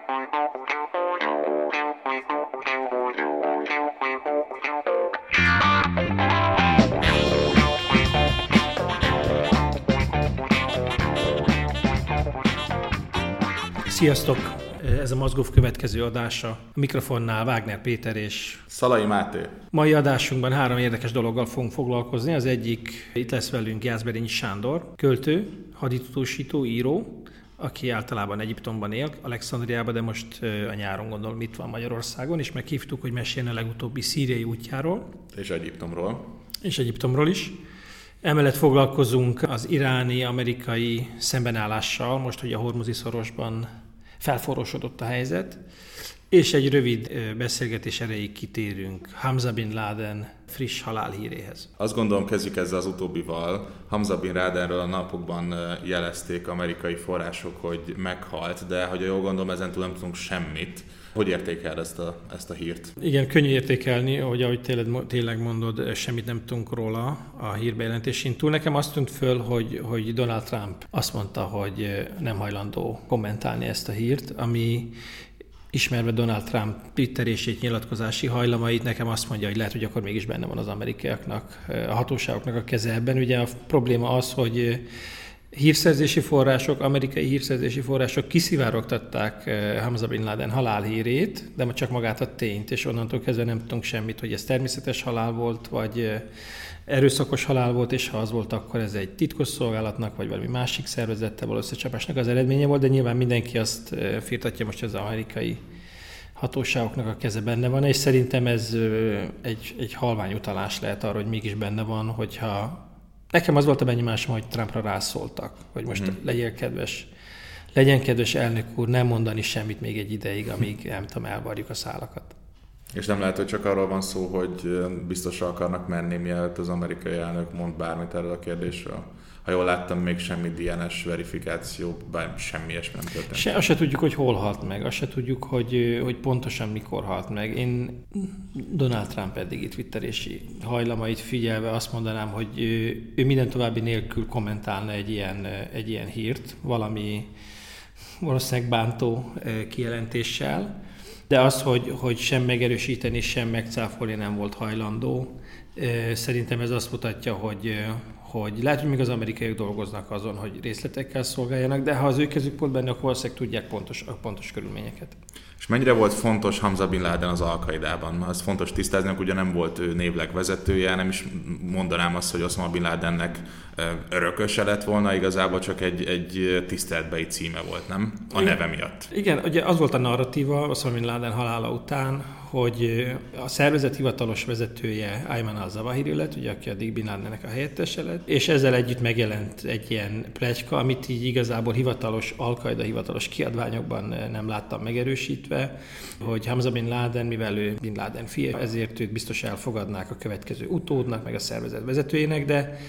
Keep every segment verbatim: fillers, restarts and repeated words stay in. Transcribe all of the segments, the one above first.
Sziasztok! Ez a Mozgóf következő adása. A mikrofonnál Wagner Péter és Szalai Máté. Mai adásunkban három érdekes dologgal fogunk foglalkozni. Az egyik, itt lesz velünk Jászberényi Sándor, költő, haditudósító, író, aki általában Egyiptomban él, Alexandriában, de most a nyáron gondolom itt van Magyarországon, és meghívtuk, hogy meséljen a legutóbbi szíriai útjáról. És Egyiptomról. És Egyiptomról is. Emellett foglalkozunk az iráni-amerikai szembenállással, most, hogy a Hormuzi szorosban felforrósodott a helyzet, és egy rövid beszélgetés erejéig kitérünk Hamza bin Laden friss halálhíréhez. Azt gondolom, kezdjük ezzel az utóbbival. Hamza bin Ladenről a napokban jelezték amerikai források, hogy meghalt, de ha jól gondolom, ezentúl nem tudunk semmit. Hogy értékel ezt a, ezt a hírt? Igen, könnyű értékelni, hogy ahogy tényleg, tényleg mondod, semmit nem tudunk róla a hírbejelentésén túl. Nekem azt tűnt föl, hogy, hogy Donald Trump azt mondta, hogy nem hajlandó kommentálni ezt a hírt, ami ismerve Donald Trump twitterését, nyilatkozási hajlamait, nekem azt mondja, hogy lehet, hogy akkor mégis benne van az amerikaiaknak, a hatóságoknak a keze ebben. Ugye a probléma az, hogy hírszerzési források, amerikai hírszerzési források kiszivárogtatták Hamza bin Laden halálhírét, de csak magát a tényt, és onnantól kezdve nem tudunk semmit, hogy ez természetes halál volt, vagy erőszakos halál volt, és ha az volt, akkor ez egy titkosszolgálatnak, vagy valami másik szervezettel való összecsapásnak az eredménye volt, de nyilván mindenki azt firtatja most, hogy az amerikai hatóságoknak a keze benne van, és szerintem ez egy, egy halvány utalás lehet arra, hogy mégis benne van, hogyha nekem az volt a benyomásom, hogy Trumpra rászóltak, hogy most hmm. legyen kedves, legyen kedves elnök úr, nem mondani semmit még egy ideig, amíg nem tudom, elvarjuk a szálakat. És nem lehet, hogy csak arról van szó, hogy biztosra akarnak menni, mielőtt az amerikai elnök mond bármit erről a kérdésről. Ha jól láttam, még semmi dé en es verifikáció, bár semmi ilyesmi nem történt. Se, azt se tudjuk, hogy hol halt meg, azt se tudjuk, hogy, hogy pontosan mikor halt meg. Én Donald Trump eddigi twitterési hajlamait figyelve azt mondanám, hogy ő minden további nélkül kommentálna egy ilyen, egy ilyen hírt, valami valószínűleg bántó kijelentéssel, de az, hogy, hogy sem megerősíteni, sem megcáfolni nem volt hajlandó, szerintem ez azt mutatja, hogy hogy lehet, hogy még az amerikaiak dolgoznak azon, hogy részletekkel szolgáljanak, de ha az ő kezük pont benne, akkor valószínűleg tudják pontos, a pontos körülményeket. És mennyire volt fontos Hamza bin Laden az Al-Qaidában? Az fontos tisztázni, hogy ugye nem volt ő névleg vezetője, nem is mondanám azt, hogy Osama bin Ladennek örököse lett volna, igazából csak egy, egy tiszteletbeli címe volt, nem? A neve miatt. Igen, ugye az volt a narratíva Osama bin Laden halála után, hogy a szervezet hivatalos vezetője Ayman al-Zawahiri lett, ugye, aki addig bin Ladennek a helyettese lett, és ezzel együtt megjelent egy ilyen pletyka, amit így igazából hivatalos, Al-Qaida hivatalos kiadványokban nem láttam megerősítve, hogy Hamza bin Laden, mivel ő bin Laden fia, ezért őt biztos elfogadnák a következő utódnak, meg a szervezet vezetőjének, de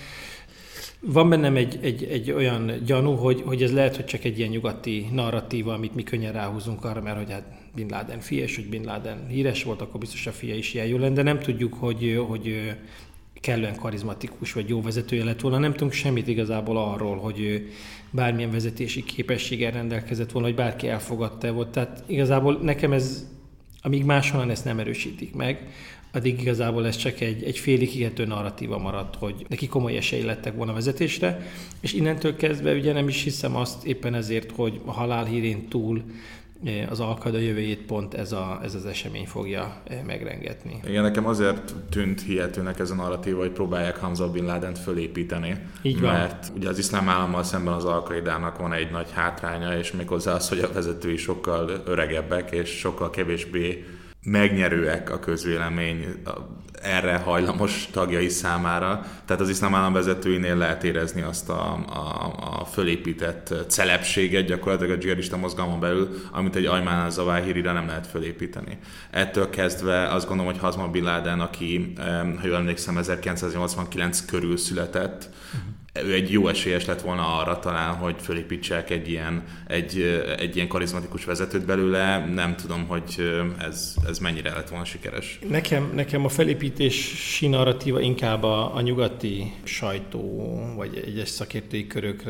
van bennem egy, egy, egy olyan gyanú, hogy, hogy ez lehet, hogy csak egy ilyen nyugati narratíva, amit mi könnyen ráhúzunk arra, mert hogy hát bin Laden fia, és hogy bin Laden híres volt, akkor biztos a fia is ilyen jó lenne, de nem tudjuk, hogy, hogy kellően karizmatikus vagy jó vezetője lett volna. Nem tudunk semmit igazából arról, hogy bármilyen vezetési képességgel rendelkezett volna, hogy bárki elfogadta volt. Tehát igazából nekem ez, amíg máshonnan ezt nem erősítik meg, addig igazából ez csak egy, egy félig hihető narratíva maradt, hogy neki komoly esély lettek volna a vezetésre, és innentől kezdve ugye nem is hiszem azt éppen ezért, hogy a halálhírén túl az Al-Qaida jövőjét pont ez, a, ez az esemény fogja megrengetni. Igen, nekem azért tűnt hihetőnek ez a narratíva, hogy próbálják Hamza bin Ladent fölépíteni. Így van. Mert ugye az iszlám állammal szemben az Al-Qaidának van egy nagy hátránya, és méghozzá az, hogy a vezetői sokkal öregebbek, és sokkal kevésbé megnyerőek a közvélemény erre hajlamos tagjai számára. Tehát az iszlám állam vezetőinél lehet érezni azt a, a, a fölépített celebséget gyakorlatilag a dzsihadista mozgalmon belül, amit egy Ayman al-Zawahirire nem lehet fölépíteni. Ettől kezdve azt gondolom, hogy Hamza bin Laden, aki, ha jól emlékszem, ezerkilencszáznyolcvankilenc körül született, uh-huh. ő egy jó esélyes lett volna arra talán, hogy fölépítsek egy ilyen, egy, egy ilyen karizmatikus vezetőt belőle. Nem tudom, hogy ez, ez mennyire lett volna sikeres. Nekem, nekem a felépítési narratíva inkább a, a nyugati sajtó, vagy egyes szakértői körökre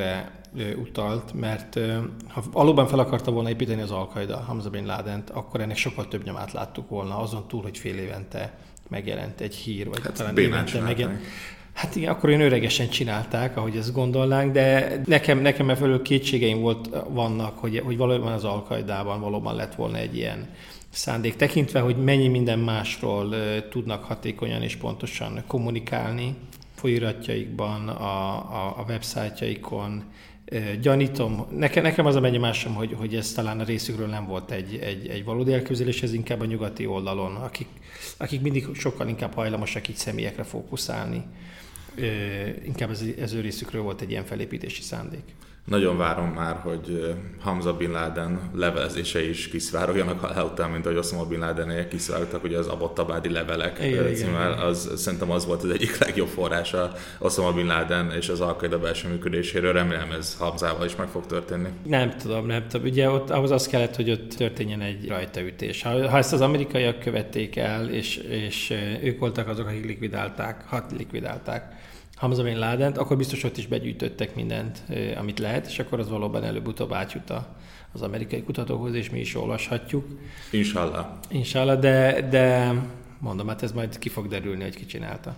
utalt, mert ha valóban fel akarta volna építeni az Al-Qaida Hamza bin Ladent, akkor ennek sokkal több nyomát láttuk volna, azon túl, hogy fél évente megjelent egy hír, vagy hát talán évente megjelent. Hát igen, akkor olyan öregesen csinálták, ahogy ezt gondolnánk, de nekem, nekem efelől kétségeim volt, vannak, hogy, hogy valóban az Al-Qaidában valóban lett volna egy ilyen szándék, tekintve, hogy mennyi minden másról uh, tudnak hatékonyan és pontosan kommunikálni folyóiratjaikban, a, a, a websájtjaikon. Uh, gyanítom, nekem, nekem az a benyomásom, hogy, hogy ez talán a részükről nem volt egy, egy, egy valódi elképzelés, ez inkább a nyugati oldalon, akik, akik mindig sokkal inkább hajlamosak így személyekre fókuszálni. Uh, inkább ez, ez ő részükről volt egy ilyen felépítési szándék. Nagyon várom már, hogy Hamza bin Laden levelezése is kiszivárogjanak halál után, mint ahogy Osama bin Ladenék kiszivárogtak, ugye az Abbottabadi levelek igen, címmel. Igen, az, szerintem az volt az egyik legjobb forrása Osama bin Laden és az Al-Qaida belső működéséről. Remélem ez Hamzával is meg fog történni. Nem tudom, nem tudom. Ugye ott ahhoz az kellett, hogy ott történjen egy rajtaütés. Ha, ha ezt az amerikaiak követték el, és, és ők voltak azok, akik likvidálták, hat likvidálták Hamza bin Ladent, akkor biztos ott is begyűjtöttek mindent, amit lehet, és akkor az valóban előbb-utóbb átjut az amerikai kutatókhoz, és mi is olvashatjuk. Inshallah. Inshallah, de, de mondom, hát ez majd ki fog derülni, hogy ki csinálta.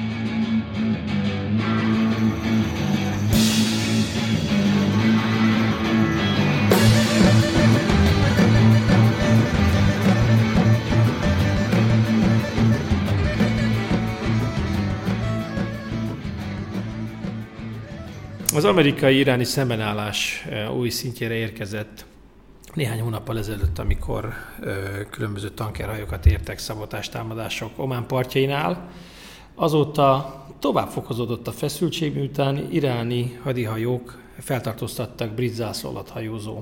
Az amerikai-iráni szembenállás új szintjére érkezett néhány hónappal ezelőtt, amikor különböző tankerhajókat értek szabotástámadások Omán partjainál. Azóta tovább fokozódott a feszültség, miután iráni hadihajók feltartóztattak brit zászló alatt hajózó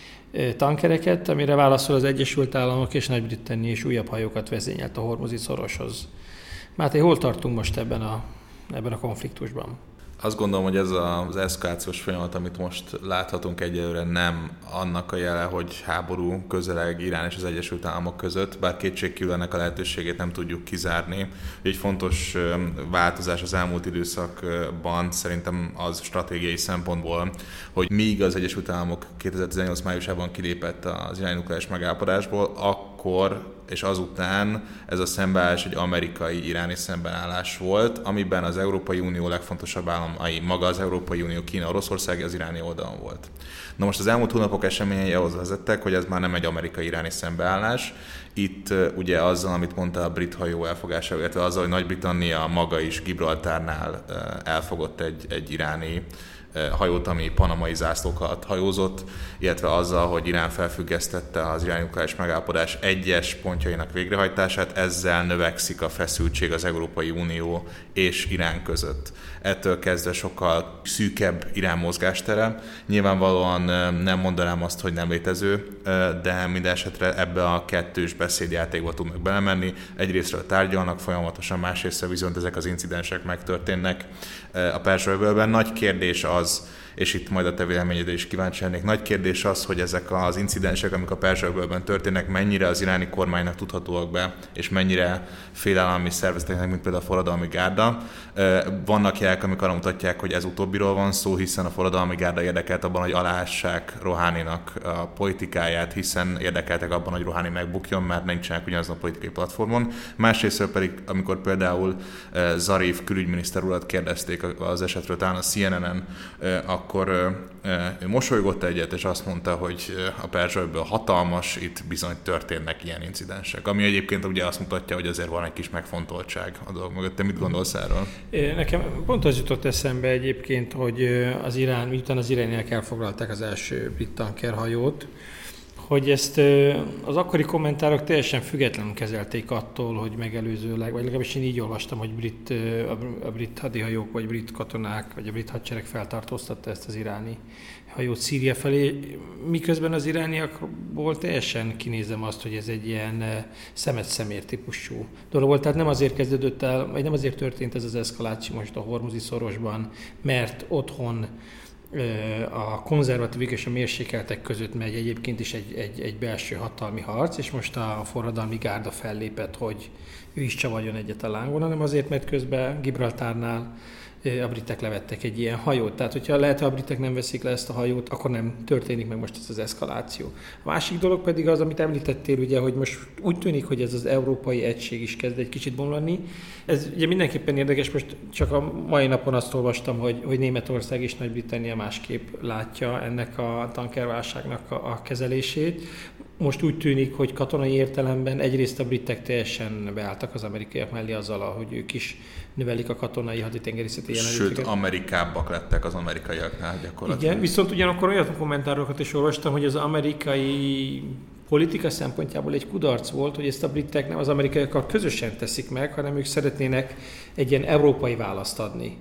tankereket, amire válaszol az Egyesült Államok és Nagy-Britannia is újabb hajókat vezényelt a Hormuzi szoroshoz. Máté, hol tartunk most ebben a, ebben a konfliktusban? Azt gondolom, hogy ez az eszkalációs folyamat, amit most láthatunk egyelőre, nem annak a jele, hogy háború közeleg Irán és az Egyesült Államok között, bár kétségkívül ennek a lehetőségét nem tudjuk kizárni. Egy fontos változás az elmúlt időszakban szerintem az stratégiai szempontból, hogy míg az Egyesült Államok kétezer-tizennyolc májusában kilépett az iráni nukleáris megállapodásból, akkor és azután ez a szembeállás egy amerikai-iráni szembenállás volt, amiben az Európai Unió legfontosabb államai, maga az Európai Unió, Kína, Oroszország az iráni oldalon volt. Na most az elmúlt hónapok eseményei ahhoz vezettek, hogy ez már nem egy amerikai-iráni szembeállás. Itt ugye azzal, amit mondta a brit hajó elfogása, illetve azzal, hogy Nagy-Britannia maga is Gibraltárnál elfogott egy, egy iráni hajót, ami panamai zászlók alatt hajózott, illetve azzal, hogy Irán felfüggesztette az iráni nukleáris megállapodás egyes pontjainak végrehajtását, ezzel növekszik a feszültség az Európai Unió és Irán között. Ettől kezdve sokkal szűkebb Irán mozgástere. Nyilvánvalóan nem mondanám azt, hogy nem létező, de minden esetre ebbe a kettős beszédjátékba tudnak belemenni. Egyrésztről tárgyalnak folyamatosan, másrésztről viszont ezek az incidensek megtörténnek a Perzsa-öbölben. Nagy kérdés az, és itt majd a te véleményedre is kíváncsi lennék. Nagy kérdés az, hogy ezek az incidensek, amik a Perzsa-öbölben történnek, mennyire az iráni kormánynak tudhatóak be, és mennyire félelemmi szervezeteknek, mint például a forradalmi gárda. Vannak jelek, amik arra mutatják, hogy ez utóbbiról van szó, hiszen a forradalmi gárda érdekelt abban, hogy aláássák Rohaninak a politikáját, hiszen érdekeltek abban, hogy Rohani megbukjon, mert nincsenek ugyanazon a politikai platformon. Másrésztről pedig, amikor például Zarif külügyminiszter urat kérdezték az esetről, talán a C N N-en, akkor ő mosolygott egyet, és azt mondta, hogy a Perzsa-öböl hatalmas, itt bizony történnek ilyen incidensek. Ami egyébként ugye azt mutatja, hogy azért van egy kis megfontoltság a dolog mögött. Te mit gondolsz erről? Nekem pont az jutott eszembe egyébként, hogy az Irán, miután az irániak elfoglalták az első brit tankerhajót, hogy ezt az akkori kommentárok teljesen függetlenül kezelték attól, hogy megelőzőleg, vagy legalábbis én így olvastam, hogy brit, a brit hadihajók, vagy brit katonák, vagy a brit hadsereg feltartóztatta ezt az iráni hajót Szíria felé, miközben az irániakból teljesen kinézem azt, hogy ez egy ilyen szemet-szemér típusú dolog volt. Tehát nem azért kezdődött el, vagy nem azért történt ez az eszkaláció most a Hormuzi szorosban, mert otthon a konzervatívek és a mérsékeltek között megy egyébként is egy, egy, egy belső hatalmi harc, és most a forradalmi gárda fellépett, hogy ő is csavarjon egyet a lángon, hanem azért, mert közben Gibraltárnál a britek levettek egy ilyen hajót. Tehát, hogyha lehet, ha a britek nem veszik le ezt a hajót, akkor nem történik meg most ez az eszkaláció. A másik dolog pedig az, amit említettél, ugye, hogy most úgy tűnik, hogy ez az európai egység is kezd egy kicsit bomlani. Ez ugye mindenképpen érdekes, most csak a mai napon azt olvastam, hogy, hogy Németország és Nagy-Britannia másképp látja ennek a tankerválságnak a, a kezelését. Most úgy tűnik, hogy katonai értelemben egyrészt a britek teljesen beálltak az amerikaiak mellé azzal, hogy ők is növelik a katonai haditengerészeti jelenlétüket. Sőt, amerikábbak lettek az amerikaiaknál gyakorlatilag. Igen, viszont ugyanakkor olyan kommentárokat is olvastam, hogy az amerikai politika szempontjából egy kudarc volt, hogy ezt a britek nem az amerikaiakkal közösen teszik meg, hanem ők szeretnének egy ilyen európai választ adni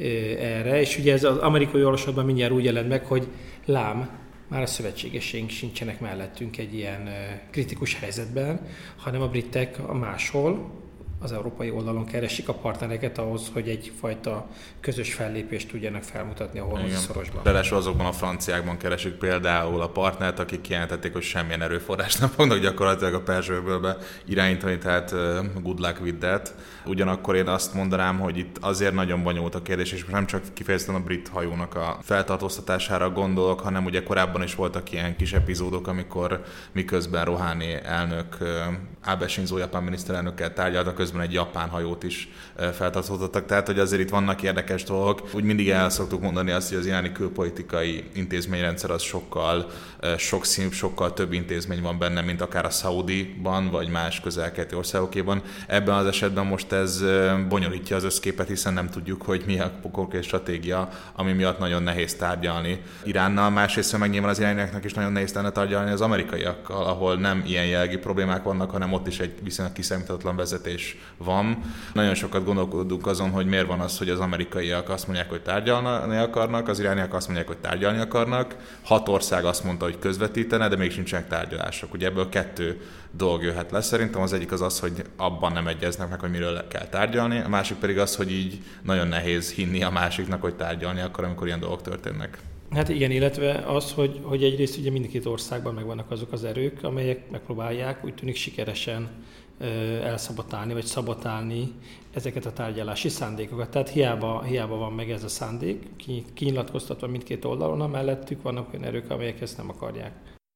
erre, és ugye ez az amerikai olvasatban mindjárt úgy jelent meg, hogy lám, már a szövetségeseink sincsenek mellettünk egy ilyen kritikus helyzetben, hanem a britek a máshol, az európai oldalon keresik a partnereket ahhoz, hogy egyfajta közös fellépést tudjanak felmutatni a hormozi szorosban. Ráadásul azokban a franciákban keresik például a partnert, akik kijelentették, hogy semmilyen erőforrást nem fognak gyakorlatilag a Perzsa-öbölbe irányítani, tehát good luck with that. Ugyanakkor én azt mondanám, hogy itt azért nagyon bonyolult a kérdés, és nem csak kifejezetten a brit hajónak a feltartóztatására gondolok, hanem ugye korábban is voltak ilyen kis epizódok, amikor miközben Rouhani elnök Abe Shinzo japán miniszterelnökkel tárgyaltak, közben egy japán hajót is feltartóztattak, tehát hogy azért itt vannak érdekes dolgok. Úgy mindig el szoktuk mondani azt, hogy az iráni külpolitikai intézményrendszer az sokkal sokszínűbb, sokkal több intézmény van benne, mint akár a Szaudiban, vagy más közel-keleti országokéban. Ebben az esetben most ez bonyolítja az összképet, hiszen nem tudjuk, hogy mi a konkrét stratégia, ami miatt nagyon nehéz tárgyalni Iránnal. Másrészt meg nyilván az irániaknak is nagyon nehéz lenne tárgyalni az amerikaiakkal, ahol nem ilyen jellegű problémák vannak, hanem ott is egy viszonylag kiszámíthatatlan vezetés van. Nagyon sokat gondolkodunk azon, hogy miért van az, hogy az amerikaiak azt mondják, hogy tárgyalni akarnak, az irániak azt mondják, hogy tárgyalni akarnak. Hat ország azt mondta, hogy közvetítene, de még sincsenek tárgyalások. Ugye ebből kettő dolog jöhet le. Szerintem az egyik az az, hogy abban nem egyeznek meg, hogy miről kell tárgyalni, a másik pedig az, hogy így nagyon nehéz hinni a másiknak, hogy tárgyalni akkor, amikor ilyen dolgok történnek. Hát igen, illetve az, hogy, hogy egyrészt ugye mindkét országban megvannak azok az erők, amelyek megpróbálják úgy tűnik sikeresen elszabotálni, vagy szabotálni ezeket a tárgyalási szándékokat. Tehát hiába, hiába van meg ez a szándék, kinyilatkoztatva mindkét oldalon, amellettük vannak olyan erők, amelyek ezt nem akarják.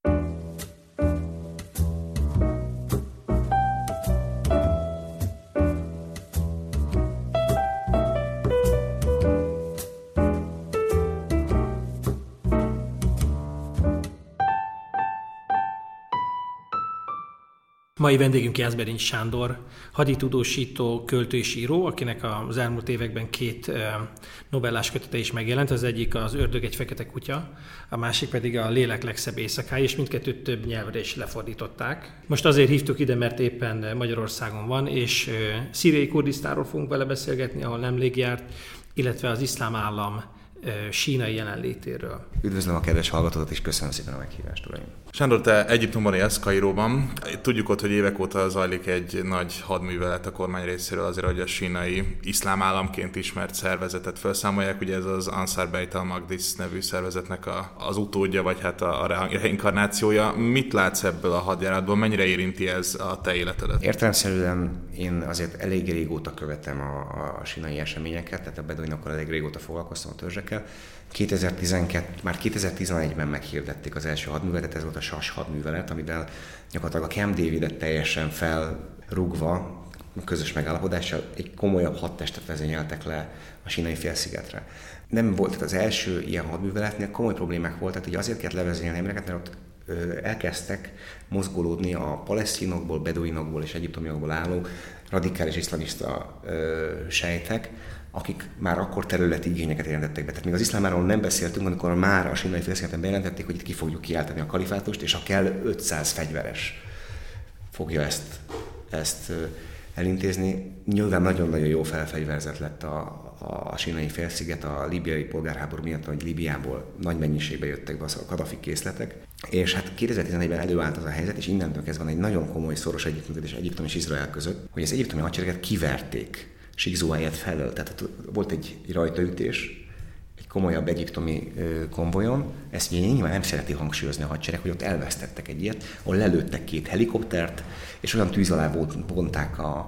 Mai vendégünk Jászberény Sándor, haditudósító, költő és író, akinek az elmúlt években két novellás kötete is megjelent. Az egyik az Ördög egy fekete kutya, a másik pedig a Lélek legszebb éjszakája, és mindkettőt több nyelvre is lefordították. Most azért hívtuk ide, mert éppen Magyarországon van, és szíriai Kurdisztánról fogunk vele beszélgetni, ahol nemrég járt, illetve az iszlám állam sínai jelenlétéről. Üdvözlöm a kedves hallgatókat, és köszönöm szépen a meghívást, uraim! Sándor, te Egyiptomban élsz, Kairóban. Tudjuk ott, hogy évek óta zajlik egy nagy hadművelet a kormány részéről azért, hogy a sínai iszlám államként ismert szervezetet felszámolják. Ugye ez az Ansar Beit al-Maqdis nevű szervezetnek a, az utódja, vagy hát a, a reinkarnációja. Mit látsz ebből a hadjáratból? Mennyire érinti ez a te életedet? Értelemszerűen én azért elég régóta követem a, a sínai eseményeket, tehát a beduinokkal elég régóta foglalkoztam, a törzsekkel. kétezer-tizenkettő, már kétezer-tizenegyben meghirdették az első hadműveletet, ez volt a Sas hadművelet, amivel gyakorlatilag a Camp Davidet teljesen felrugva, közös megállapodással egy komolyabb hadtestet vezényeltek le a sínai félszigetre. Nem volt, tehát az első ilyen hadműveletnél komoly problémák voltak, hogy azért kellett levezényelni embereket, mert ott ö, elkezdtek mozgolódni a palesztinokból, beduinokból és egyiptomiakból álló radikális iszlamista ö, sejtek, akik már akkor területi igényeket jelentettek be. Tehát még az iszlámáról nem beszéltünk, amikor már a sínai félszigeten bejelentették, hogy itt ki fogjuk kiáltani a kalifátust, és ha kell, ötszáz fegyveres fogja ezt, ezt elintézni. Nyilván nagyon-nagyon jó felfegyverzett lett a, a sínai félsziget a líbiai polgárháború miatt, hogy Líbiából nagy mennyiségben jöttek be a Kadhafi készletek. És hát kétezer-tizenegyben előállt az a helyzet, és innentől kezdve van egy nagyon komoly, szoros együttműködés Egyiptom és Izrael között, hogy az egyiptomi hadsereget kiverték Sikzuáját felől. Tehát volt egy rajtaütés, egy komolyabb egyiptomi konvojon. Ezt nyilván nem szereti hangsúlyozni a hadsereg, hogy ott elvesztettek egy ilyet, ahol lelőttek két helikoptert, és olyan tűz alá vonták a,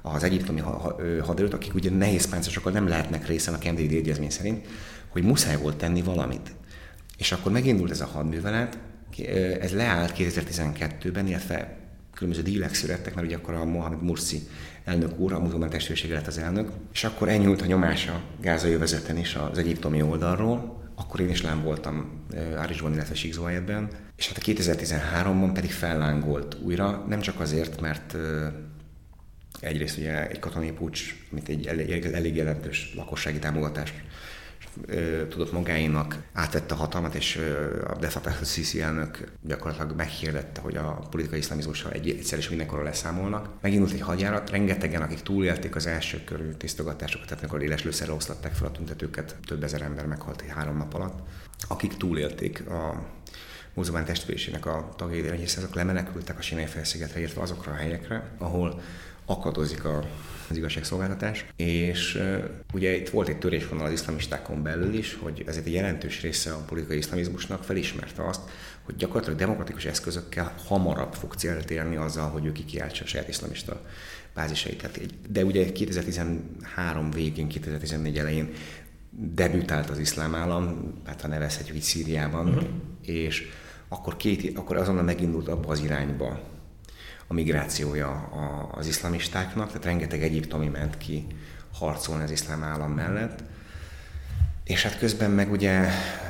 az egyiptomi haderőt, akik ugye nehéz páncélosokkal nem lehetnek részen a Camp David egyezmény szerint, hogy muszáj volt tenni valamit. És akkor megindult ez a hadművelet, ez leállt kétezer-tizenkettőben, illetve különböző dílek születtek, mert ugye akkor a Mohamed Mursi elnök úr, a muzulmán testvérsége lett az elnök, és akkor elnyúlt a nyomás a gázai övezeten is az egyiptomi oldalról. Akkor én is lám voltam Árisban, illetve Sikzóhelyetben, és hát a kétezer-tizenháromban pedig fellángolt újra, nem csak azért, mert egyrészt ugye egy katonai puccs, mint egy elég, elég jelentős lakossági támogatást tudott magáénak, átvette a hatalmat, és a de Fattah al-Sisi elnök gyakorlatilag meghirdette, hogy a politikai iszlamizmussal egy, egyszer és mindenkorra leszámolnak. Megindult egy hadjárat, rengetegen, akik túlélték az első körű tisztogatásokat, tehát amikor éles lőszerre oszlatták fel a tüntetőket, több ezer ember meghalt egy három nap alatt, akik túlélték a muzulmán testvériségnek a tagjai, és azok lemenekültek a Sinai-félszigetre, illetve azokra a helyekre, ahol akadozik a az igazságszolgáltatás, és uh, ugye itt volt egy törésvonal az iszlamistákon belül is, hogy ezért egy jelentős része a politikai iszlamizmusnak felismerte azt, hogy gyakorlatilag demokratikus eszközökkel hamarabb fog célt érni azzal, hogy ő kikiáltsa a saját iszlamista bázisait. De ugye kétezer-tizenhárom végén, kétezer-tizennégy elején debütált az iszlám állam, hát ha nevezhetjük így Szíriában, uh-huh. és akkor, két, akkor azonnal megindult abba az irányba a migrációja az iszlamistáknak, tehát rengeteg egyiptomi ment ki harcolni az iszlám állam mellett, és hát közben meg ugye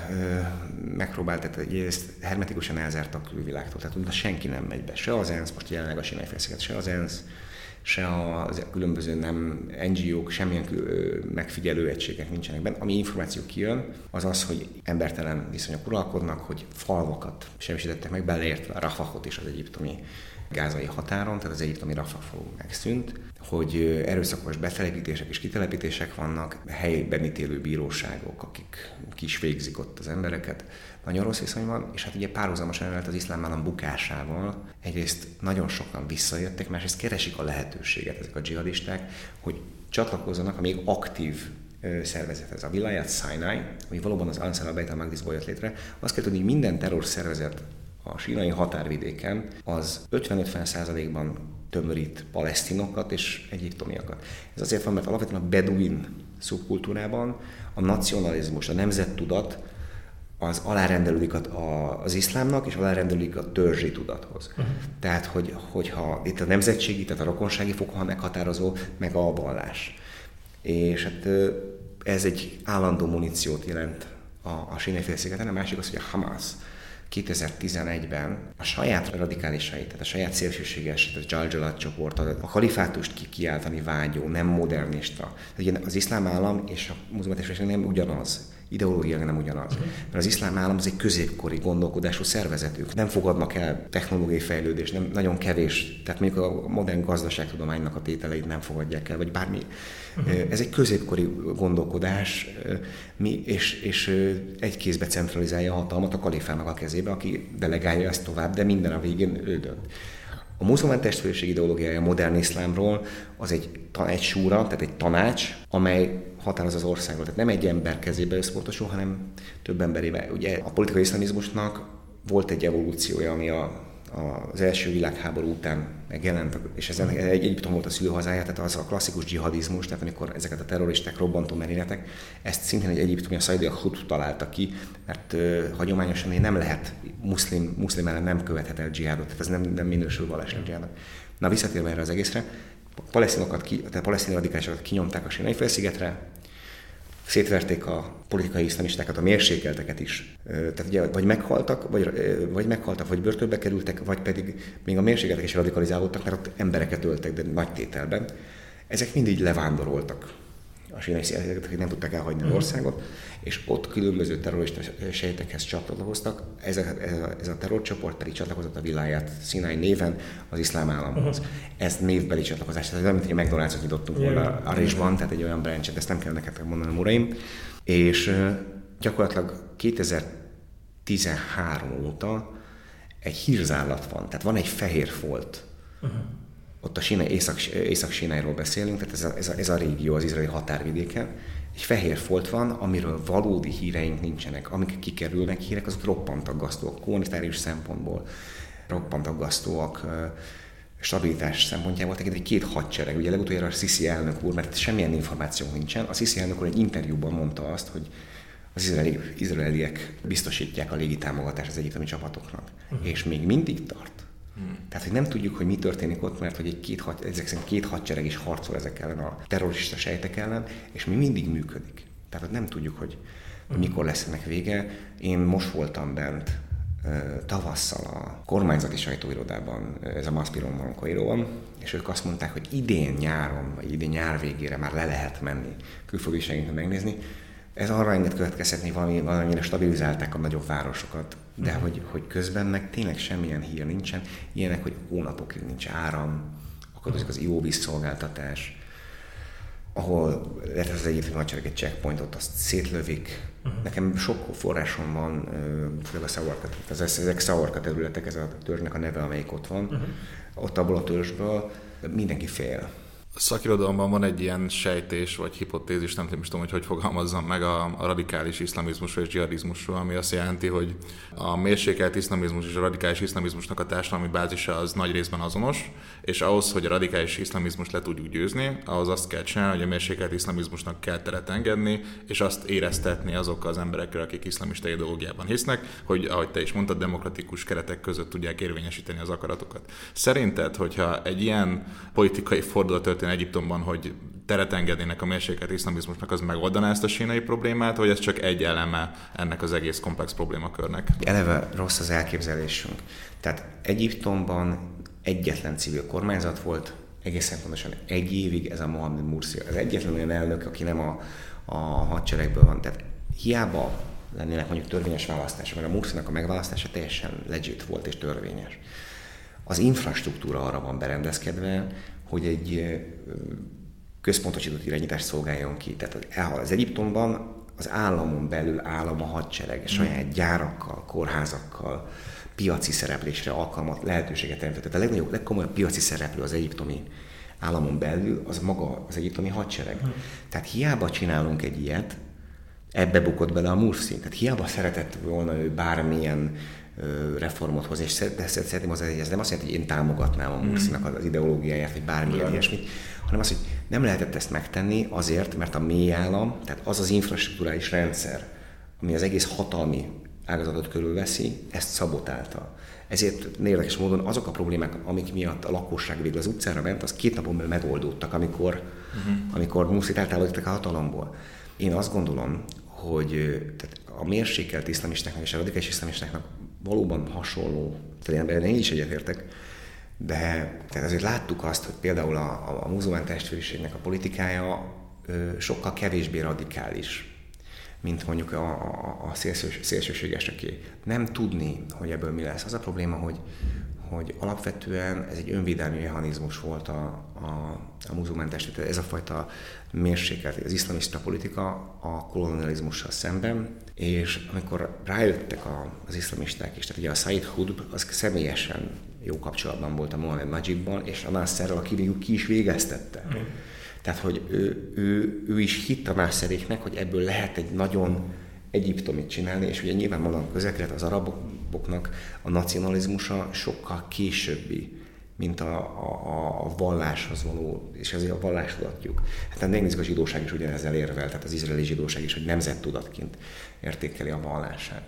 megpróbált, tehát ezt hermetikusan elzárt a külvilágtól, tehát oda senki nem megy be, se az ENSZ, most jelenleg a Sinai-félsziget, se az ENSZ, se a különböző nem en gé ó-k, semmilyen megfigyelő egységek nincsenek benne. Ami információ kijön, az az, hogy embertelen viszonyok uralkodnak, hogy falvakat semmisítettek meg, beleértve a Rafahot is az egyiptomi gázai határon, tehát az egyiptomi Rafah falu megszűnt, hogy erőszakos betelepítések és kitelepítések vannak, helyben ítélő bíróságok, akik ki is végzik ott az embereket. Nagyon rossz viszony van, és hát ugye párhuzamosan emellett az iszlám állam bukásával egyrészt nagyon sokan visszajöttek, másrészt keresik a lehetőséget ezek a dzsihadisták, hogy csatlakozzanak a még aktív szervezethez. A Vilayat Sinai, ami valóban az Ansar al-Beit al-Maqdisból jött létre, azt kell tudni, hogy minden terrorszervezet a sínai határvidéken az ötven-ötven százalékban tömörít palesztinokat és egyiptomiakat. Ez azért van, mert alapvetően a beduin szubkultúrában a nacionalizmus, a nemzettudat az alárendelődik az iszlámnak, és alárendelődik a törzsi tudathoz. Uh-huh. Tehát, hogy, hogyha itt a nemzetségi, tehát a rokonsági fokon meghatározó, meg a vallás. És hát ez egy állandó muníciót jelent a, a Sinai-félszigeten. A másik az, hogy a Hamas kétezer-tizenegyben a saját radikálisait, tehát a saját szélsőséges, tehát a Jaljalat csoport, a kalifátust kikiáltani vágyó, nem modernista. Az iszlám állam és a muzulmán testvérségek nem ugyanaz. Ideológiailag nem ugyanaz. Uh-huh. Mert az iszlám állam az egy középkori gondolkodású szervezet. Ők nem fogadnak el technológiai fejlődést, nem, nagyon kevés, tehát mondjuk a modern gazdaságtudománynak a tételeit nem fogadják el, vagy bármi. Uh-huh. Ez egy középkori gondolkodás, mi, és, és egy kézbe centralizálja a hatalmat a kalifának a kezébe, aki delegálja ezt tovább, de minden a végén ő dönt. A muzulmán testvérség ideológiája a modern iszlámról az egy, egy súra, tehát egy tanács, amely határoz az országról. Tehát nem egy ember kezébe összpontosul, hanem több emberével. Ugye a politikai iszlamizmusnak volt egy evolúciója, ami a, a, az első világháború után megjelent, és ezen egy Egyiptom volt a szülőhazája, tehát az a klasszikus dzsihadizmus, tehát amikor ezeket a terroristák, robbantó merényletek, ezt szintén egy egyiptomi, a Saidi al-Hut találta ki, mert uh, hagyományosan nem lehet, muszlim, muszlim ellen nem követhet el dzsihádot, tehát ez nem, nem minősül vallásnak dzsihádot. Na, visszatérve erre az egészre, palesztinokat, ki, tehát palesztin radikálisokat kinyomták a Sinai-félszigetre, szétverték a politikai iszlamistákat, a mérsékelteket is. Tehát ugye vagy meghaltak, vagy, vagy meghaltak, vagy börtönbe kerültek, vagy pedig még a mérsékeltek is radikalizálódtak, mert ott embereket öltek, de nagy tételben. Ezek mindig levándoroltak a Sinai-félszigetre, akik nem tudták elhagyni az országot, és ott különböző terrorista sejtekhez csatlakoztak. Ez a, ez, a, ez a terrorcsoport pedig csatlakozott a Vilayat Sinai néven az iszlám államhoz. Uh-huh. Ez névbeli csatlakozás, tehát nem, mint hogy a McDonald's-ot nyitottunk volna yeah. Arisban, tehát egy olyan branchet, ezt nem kell neked mondanom, uraim. És uh, gyakorlatilag kétezer-tizenhárom óta egy hírzállat van, tehát van egy fehér folt. Uh-huh. Ott a Sinai, Észak, Észak-Sinairól beszélünk, tehát ez a, ez, a, ez a régió az izraeli határvidéken. Egy fehér folt van, amiről valódi híreink nincsenek. Amik kikerülnek hírek, azok roppant aggasztóak, humanitárius szempontból roppant aggasztóak. stabilitás szempontjából tekintve két hadsereg. Ugye legutoljára a Sisi elnök úr, mert semmilyen információnk nincsen, a Sisi elnök úr egy interjúban mondta azt, hogy az izraeli, izraeliek biztosítják a légitámogatást az egyiptomi csapatoknak. Uh-huh. És még mindig tart. Hmm. Tehát, hogy nem tudjuk, hogy mi történik ott, mert hogy egy két, ezek szerint két hadsereg is harcol ezek ellen a terrorista sejtek ellen, és mi mindig működik. Tehát, hogy nem tudjuk, hogy hmm. mikor lesz ennek vége. Én most voltam bent tavasszal a kormányzati sajtóirodában, ez a Maspiron Kairóban, és ők azt mondták, hogy idén nyáron, vagy idén nyár végére már le lehet menni külföldi segíteni megnézni. Ez arra enged következhetni, valami, valamire stabilizálták a nagyobb városokat, de uh-huh. hogy, hogy közben meg tényleg semmilyen hír nincsen. Ilyenek, hogy hónapokig nincs áram, akadozik az ivóvíz szolgáltatás, ahol lehet az egyetlen hadsereg egy checkpointot, azt szétlövik. Uh-huh. Nekem sok forrásom van, főleg a Szavarka, ezek Szavarka területek, ez a törzsnek a neve, amelyik ott van. Uh-huh. Ott abból a törzsből mindenki fél. A szakirodalomban van egy ilyen sejtés, vagy hipotézis, nem tudom, hogy hogy fogalmazzam meg a, a radikális iszlamizmusról és dzsihadizmusról, ami azt jelenti, hogy a mérsékelt iszlamizmus és a radikális iszlamizmusnak a társadalmi bázisa az nagy részben azonos, és ahhoz, hogy a radikális iszlamizmust le tudjuk győzni, ahhoz azt kell csinálni, hogy a mérsékelt iszlamizmusnak kell teret engedni, és azt éreztetni azokkal az emberekkel, akik iszlamista ideológiában hisznek, hogy ahogy te is mondtad, demokratikus keretek között tudják érvényesíteni az akaratokat. Szerinted, hogyha egy ilyen politikai fordulat történik Egyiptomban, hogy teret engednének a mérsékelt iszlamizmusnak, az megoldaná ezt a sínai problémát, vagy ez csak egy eleme ennek az egész komplex problémakörnek? Eleve rossz az elképzelésünk. Tehát Egyiptomban egyetlen civil kormányzat volt, egészen pontosan egy évig ez a Mohamed Mursi. Az egyetlen olyan elnök, aki nem a, a hadseregből van. Tehát hiába lennének mondjuk törvényes választások, mert a Mursinak a megválasztása teljesen legit volt és törvényes. Az infrastruktúra arra van berendezkedve, hogy egy központosított irányítást szolgáljon ki. Tehát az Egyiptomban az államon belül állam a hadsereg, saját gyárakkal, kórházakkal, piaci szereplésre alkalmat, lehetőséget teremtett. Tehát a legnagyobb, legkomolyabb piaci szereplő az egyiptomi államon belül az maga az egyiptomi hadsereg. Hmm. Tehát hiába csinálunk egy ilyet, ebbe bukott bele a Mursi. Tehát hiába szeretett volna ő bármilyen reformot hoz, és szeretném az, ez nem azt jelenti, hogy én támogatnám a Mursinak az ideológiáját, vagy bármilyen ilyesmit, hanem az, hogy nem lehetett ezt megtenni azért, mert a mély állam, tehát az az infrastrukturális rendszer, ami az egész hatalmi ágazatot körülveszi, ezt szabotálta. Ezért érdekes módon azok a problémák, amik miatt a lakosság végül az utcára ment, az két napon belül megoldódtak, amikor, uh-huh. amikor Mursit eltávolítottak a hatalomból. Én azt gondolom, hogy tehát a mérsékelt iszlamistáknak és a radikális iszlamistáknak valóban hasonló, tehát én is egyetértek, de tehát azért láttuk azt, hogy például a, a, a muzulmán testvériségnek a politikája ö, sokkal kevésbé radikális, mint mondjuk a, a, a szélsős, szélsőségeseké. Nem tudni, hogy ebből mi lesz. Az a probléma, hogy, hogy alapvetően ez egy önvédelmi mechanizmus volt a, a, a muzulmán testvér. Ez a fajta mérsékelt, az iszlamista politika a kolonializmussal szemben, és amikor rájöttek a, az iszlamisták is, tehát ugye a Said Qutb az személyesen jó kapcsolatban volt a Mohamed Najibbal, és a Nasserrel, aki ki is végeztette. Mm. Tehát, hogy ő, ő, ő is hitt a Nasseréknek, hogy ebből lehet egy nagyon egyiptomit csinálni, és ugye nyilvánvalóan a közel-kelet az araboknak a nacionalizmusa sokkal későbbi, mint a, a, a valláshoz való, és ezért a vallástudatjuk. Hát megnézzük, a zsidóság is ugyanezzel érvel, tehát az izraeli zsidóság is, hogy nemzettudatként értékeli a vallását.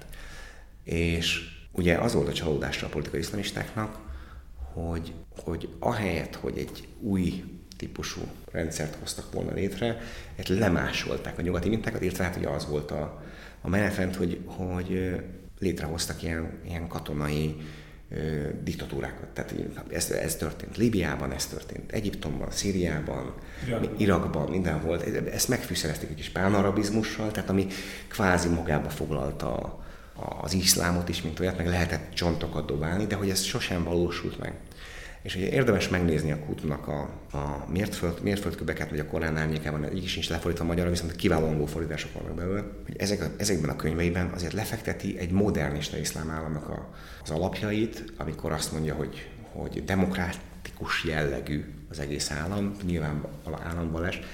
És ugye az volt a csalódásra a politikai iszlamistáknak, hogy, hogy ahelyett, hogy egy új típusú rendszert hoztak volna létre, ezt lemásolták a nyugati mintákat, illetve hát ugye az volt a, a menetrend, hogy, hogy létrehoztak ilyen, ilyen katonai ö, diktatúrákat. Tehát ez, ez történt Líbiában, ez történt Egyiptomban, Szíriában, ja. Irakban, mindenhol. Ezt megfűszerezték egy kis pánarabizmussal, tehát ami kvázi magába foglalta az iszlámot is, mint olyat, meg lehetett csontokat dobálni, de hogy ez sosem valósult meg. És ugye érdemes megnézni a Qutbnak a, a mértföld, mértföldköveket, vagy a Korán árnyékában, így is nincs lefordítva a magyarra, viszont kiváló angol fordítások vannak belőle, hogy ezek a, ezekben a könyveiben azért lefekteti egy modernista iszlám államnak a, az alapjait, amikor azt mondja, hogy, hogy demokratikus jellegű az egész állam, nyilván államvallás,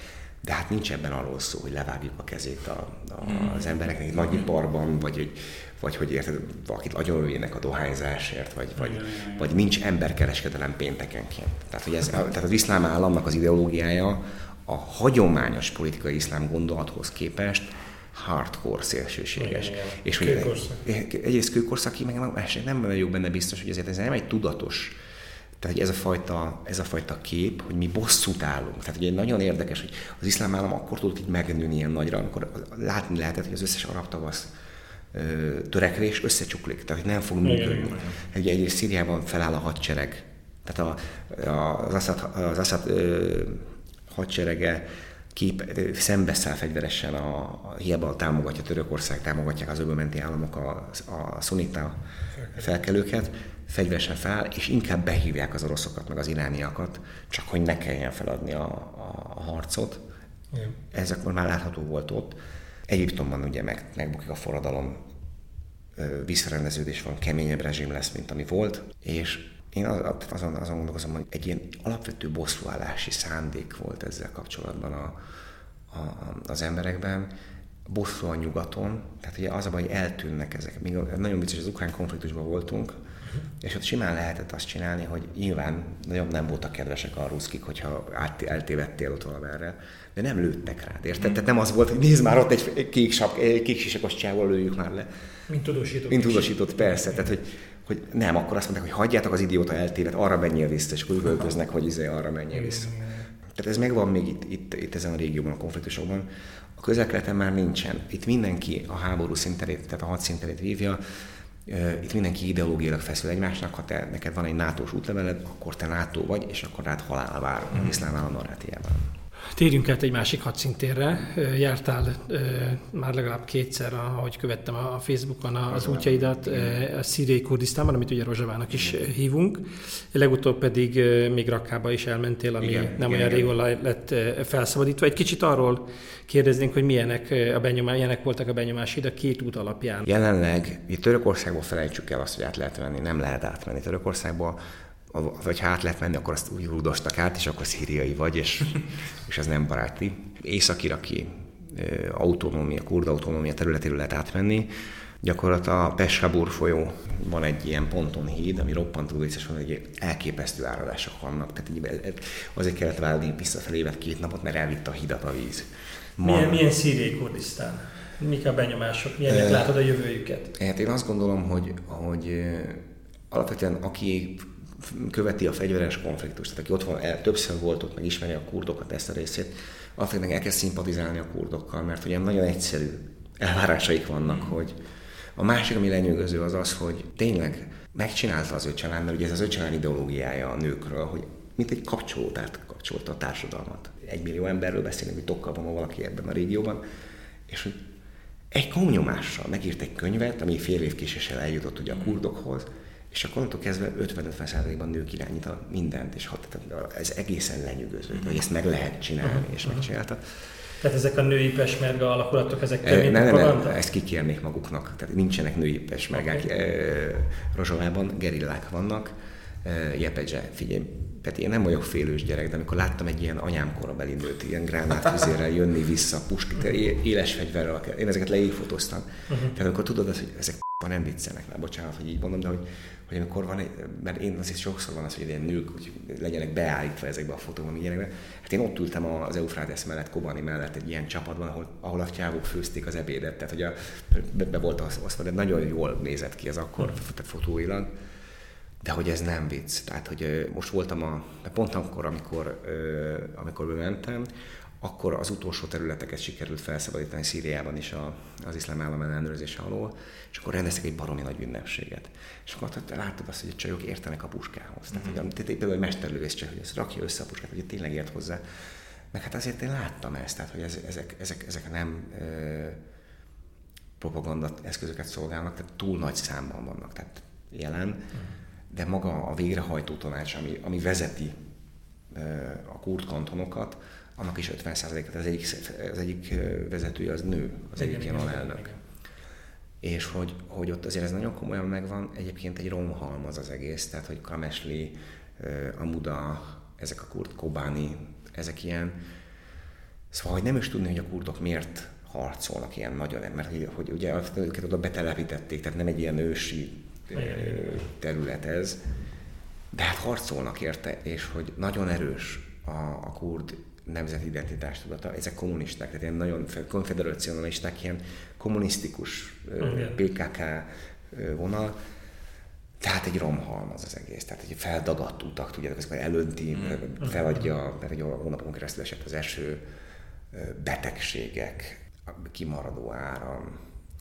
De hát nincs ebben arról szó, hogy levágjuk a kezét a, a, az embereknek egy nagyiparban, vagy hogy, vagy hogy érted, valakit agyonöljenek a dohányzásért, vagy, vagy, vagy nincs emberkereskedelem péntekenként. Tehát, hogy ez, tehát az iszlám államnak az ideológiája a hagyományos politikai iszlám gondolathoz képest hardcore szélsőséges. Igen, és hogy egyrészt kőkorszaki, meg nem vagyok benne biztos, hogy ezért ez nem egy tudatos. Tehát ez a, fajta, ez a fajta kép, hogy mi bosszút állunk. Tehát ugye nagyon érdekes, hogy az iszlám állam akkor tudott így megnőni ilyen nagyra, amikor látni lehetett, hogy az összes arab tavasz ö, törekvés összecsuklik, tehát hogy nem fog működni. Ugye egyrészt Szíriában feláll a hadsereg, tehát a, a, az Assad, az Assad ö, hadserege kép, szembeszáll fegyveresen, a, a, hiába támogatja Törökország, támogatják az öbölmenti államok a, a szunita felkelőket, fegyveresen fel, és inkább behívják az oroszokat, meg az irániakat, csak hogy ne kelljen feladni a, a, a harcot. Igen. Ez akkor már látható volt ott. Egyiptomban ugye meg, megbukik a forradalom, visszarendeződés van, keményebb rezsim lesz, mint ami volt, és én azon, azon gondolkozom, hogy egy ilyen alapvető bosszúállási szándék volt ezzel kapcsolatban a, a, az emberekben, bosszú a nyugaton, tehát ugye az a baj, hogy eltűnnek ezek. Még nagyon vicces, az ukrán konfliktusban voltunk, uh-huh. és ott simán lehetett azt csinálni, hogy nyilván nagyon nem voltak kedvesek a ruszkik, hogyha át, eltévedtél ott valamerre, de nem lőttek rád, érted? Uh-huh. Tehát nem az volt, hogy nézd már ott egy kék, sap, egy kék sisakos csávol, lőjük már le. Mint tudósított. Mint tudósított, persze. Tehát, hogy, hogy nem, akkor azt mondták, hogy hagyjátok az idióta eltéved, arra menjél vissza, és akkor üvöltöznek, hogy izé arra menjél vissza. Tehát ez megvan még itt, itt, itt ezen a régióban, a konfliktusokban. A Közel-Keleten már nincsen. Itt mindenki a háború szinterét, tehát a hadszínterét vívja, itt mindenki ideológiailag feszül egymásnak, ha te, neked van egy nátós útleveled, akkor te NATO vagy, és akkor rád halál vár, az iszlám állam narrátíjában. Térjünk át egy másik hadszintérre. Jártál már legalább kétszer, ahogy követtem a Facebookon az útjaidat, a szíriai Kurdisztánban, amit ugye Rozsavának is hívunk. Legutóbb pedig még Rakkába is elmentél, ami igen, nem igen, olyan régóta lett felszabadítva. Egy kicsit arról kérdeznénk, hogy milyenek, a benyomás, milyenek voltak a benyomásid a két út alapján. Jelenleg itt Törökországból felejtsük el azt, hogy át lehet venni, nem lehet átmenni Törökországból. Vagy ha át lehet menni, akkor azt úgy rúdostak át, és akkor szíriai vagy, és, és ez nem baráti. Észak-iraki autonómia, kurd autonómia területéről lehet átmenni. Gyakorlatilag a Peshabur folyó van egy ilyen pontonhíd, ami roppantú vicces van, hogy elképesztő áradások vannak. Tehát így, azért kellett válni visszafelé két napot, mert elvitte a hidat a víz. Ma... Milyen, milyen szíriai Kurdisztán? Mik a benyomások? Milyenek e... látod a jövőjüket? Hát én azt gondolom, hogy, hogy alapvetően aki követi a fegyveres konfliktust, tehát aki ott van, el, többször volt ott, meg ismeri a kurdokat, ezt a részét, alapvetően elkezd szimpatizálni a kurdokkal, mert ugye nagyon egyszerű elvárásaik vannak, mm. hogy a másik, ami lenyűgöző, az az, hogy tényleg megcsinálta az Öcalan, mert ugye ez az Öcalan ideológiája a nőkről, hogy mint egy kapcsolót átkapcsolta a társadalmat. Egy millió emberről beszélünk, hogy tokkal van valaki ebben a régióban, és hogy egy komnyomással megírt egy könyvet, ami fél év késéssel eljutott ugye a kurdokhoz, és akkor onnantól kezdve ötven-ötven százalékban nők irányít mindent, és hat, ez egészen lenyűgöző, hogy ezt meg lehet csinálni, uh-huh. és megcsinálta. Tehát ezek a női pesmerga alakulatok, ezek többé nem, nem, nem, ezt kikérnék maguknak, tehát nincsenek női pesmergák. Okay. Rozsovában gerillák vannak, Jepedzse, figyelj, Peti, én nem vagyok félős gyerek, de amikor láttam egy ilyen anyám korabeli nőt, ilyen gránátfüzérrel jönni vissza, puskit, éles fegyverrel, én ezeket le így fotóztam. Uh-huh. Tehát amikor tudod azt, hogy ezek nem viccelnek már, bocsánat, hogy így mondom, de hogy, hogy amikor van, mert én azért sokszor van az, hogy ilyen nők hogy legyenek beállítva ezekbe a fotókban, ilyenekbe. Hát én ott ültem az Eufrátesz mellett, Kobani mellett egy ilyen csapatban, ahol, ahol a tyávok főzték az ebédet, tehát hogy a, be, be volt osztva, de nagyon jól nézett ki ez akkor, tehát fotóilag. De hogy ez nem vicc. Tehát, hogy most voltam a, pont akkor, amikor, amikor bementem, akkor az utolsó területeket sikerült felszabadítani Szíriában is a, az iszlám állam ellenőrzése alól, és akkor rendeztek egy baromi nagy ünnepséget. És akkor te láttad azt, hogy a csajok értenek a puskához. Tehát, mm-hmm. hogy például egy mesterlövész csaj, hogy ezt rakja össze a puskát, hogy tényleg ért hozzá. Meg hát azért én láttam ezt, tehát, hogy ez, ezek, ezek, ezek nem ö, propaganda eszközöket szolgálnak, tehát túl nagy számban vannak tehát jelen. Mm. De maga a végrehajtó tanács, ami, ami vezeti ö, a kurd kantonokat, annak is ötven százalékot, az egyik, az egyik vezetője az nő, az igen, egyik ilyen alelnök. És hogy, hogy ott azért ez nagyon komolyan megvan, egyébként egy romhalmaz az egész, tehát hogy Kamesli, Amuda, ezek a kurd Kobani, ezek ilyen Szóval, hogy nem is tudni, hogy a kurdok miért harcolnak ilyen nagyon, mert hogy, hogy ugye őket oda betelepítették, tehát nem egy ilyen ősi terület ez, de hát harcolnak érte, és hogy nagyon erős a, a kurd nemzeti identitás tudata, ezek kommunisták, tehát ilyen nagyon konfederacionalisták, ilyen kommunisztikus okay. pé ká ká vonal, tehát egy romhalmaz az egész, tehát egy feldagadt utak, tudjátok, ezeket elönti, mm. feladja, mert egy hónapon keresztül esett az eső, betegségek, kimaradó áram,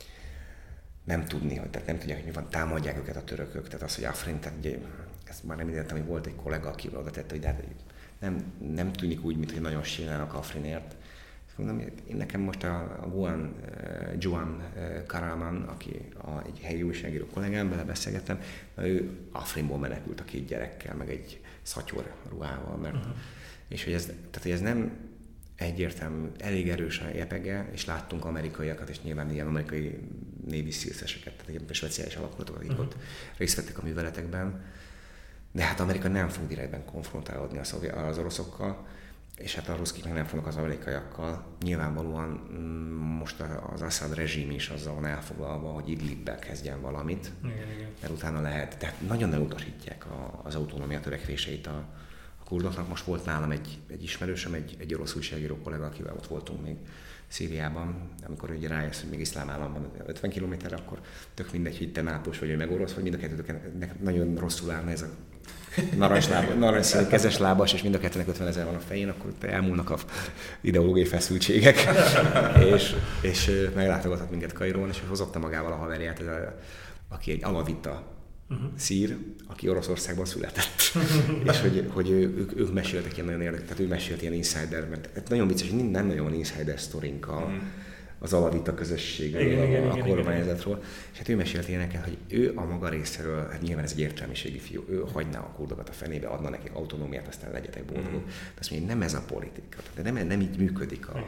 nem tudni, hogy tehát nem tudják, hogy mi van, támadják őket a törökök, tehát az, hogy Afrin, tehát ugye, ezt már nem idéztem, hogy volt egy kollega, aki oda tette, hogy de hát nem, nem tűnik úgy, mint hogy nagyon sírnának Afrinért. Mondom, én nekem most a, a Juan, uh, Juan uh, Karaman, aki a, egy helyi újságíró kollégám, vele beszélgettem, ő Afrinból menekült a két gyerekkel, meg egy szatyor ruhával, mert, uh-huh. és hogy ez, tehát, hogy ez nem egyértelmű, elég erősen jepege, és láttunk amerikaiakat, és nyilván ilyen amerikai Navy Seals-eseket, tehát ilyen speciális alakulatokat, akik uh-huh. ott részt vettek a műveletekben. De hát Amerika nem fog direktben konfrontálódni az oroszokkal, és hát a ruszkik meg nem fognak az amerikaiakkal. Nyilvánvalóan most az Assad rezsim is azzal van elfoglalva, hogy Idlibben kezdjen valamit, igen, igen. mert utána lehet, tehát nagyon elutasítják az autonómia törekvéseit a, a kurdoknak. Most volt nálam egy, egy ismerősöm, egy, egy orosz újságíró kollega, akivel ott voltunk még Szíriában, amikor ugye rájössz, hogy még iszlám államban ötven kilométerre, akkor tök mindegy, hogy te nápos vagy, vagy meg orosz, vagy mind a kettőnek nagyon rosszul állna ez a narancslábas, narancsszínű kezes lábas, és mind a kettőnek ötven ezer van a fején, akkor elmúlnak a ideológiai feszültségek, és, és meglátogatott minket Kairón, és hozta magával a haverját, ez a, aki egy alavita uh-huh. szír, aki Oroszországban született. És hogy, hogy ők, ők meséltek ilyen nagyon érdekes, tehát ő mesélt ilyen insider, mert nagyon vicces, hogy nem nagyon van insider sztorink a, uh-huh. az alavita közösségről, a, a kormányzatról. És hát ő mesélt ilyeneket, hogy ő a maga részéről, hát nyilván ez egy értelmiségi fiú, ő hagyná a kurdokat a fenébe, adna nekik autonómiát, aztán legyetek boldogok. Mm. De azt mondja, hogy nem ez a politika, de nem, nem így működik a,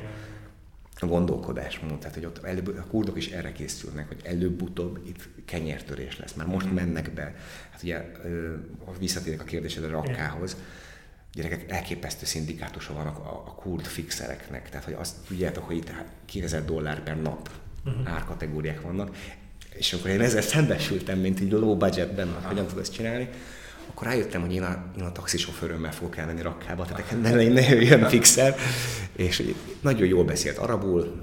a gondolkodásmód. Tehát, hogy ott előbb, a kurdok is erre készülnek, hogy előbb-utóbb itt kenyértörés lesz. Már most mm. mennek be. Hát ugye, visszatérek a kérdésedre Rakkához, gyerekek, elképesztő szindikátusa vannak a, a kurd fixereknek. Tehát, hogy azt tudjátok, hogy itt kétezer dollár per nap uh-huh. árkategóriák vannak, és amikor én ezzel szembesültem, mint így low budgetben, hogy hogyan tudod ezt csinálni, akkor rájöttem, hogy én a, én a taxisofőrömmel fogok elmenni Rakkába, tehát ne, ne, ne jöjjön fixer, és nagyon jól beszélt arabul,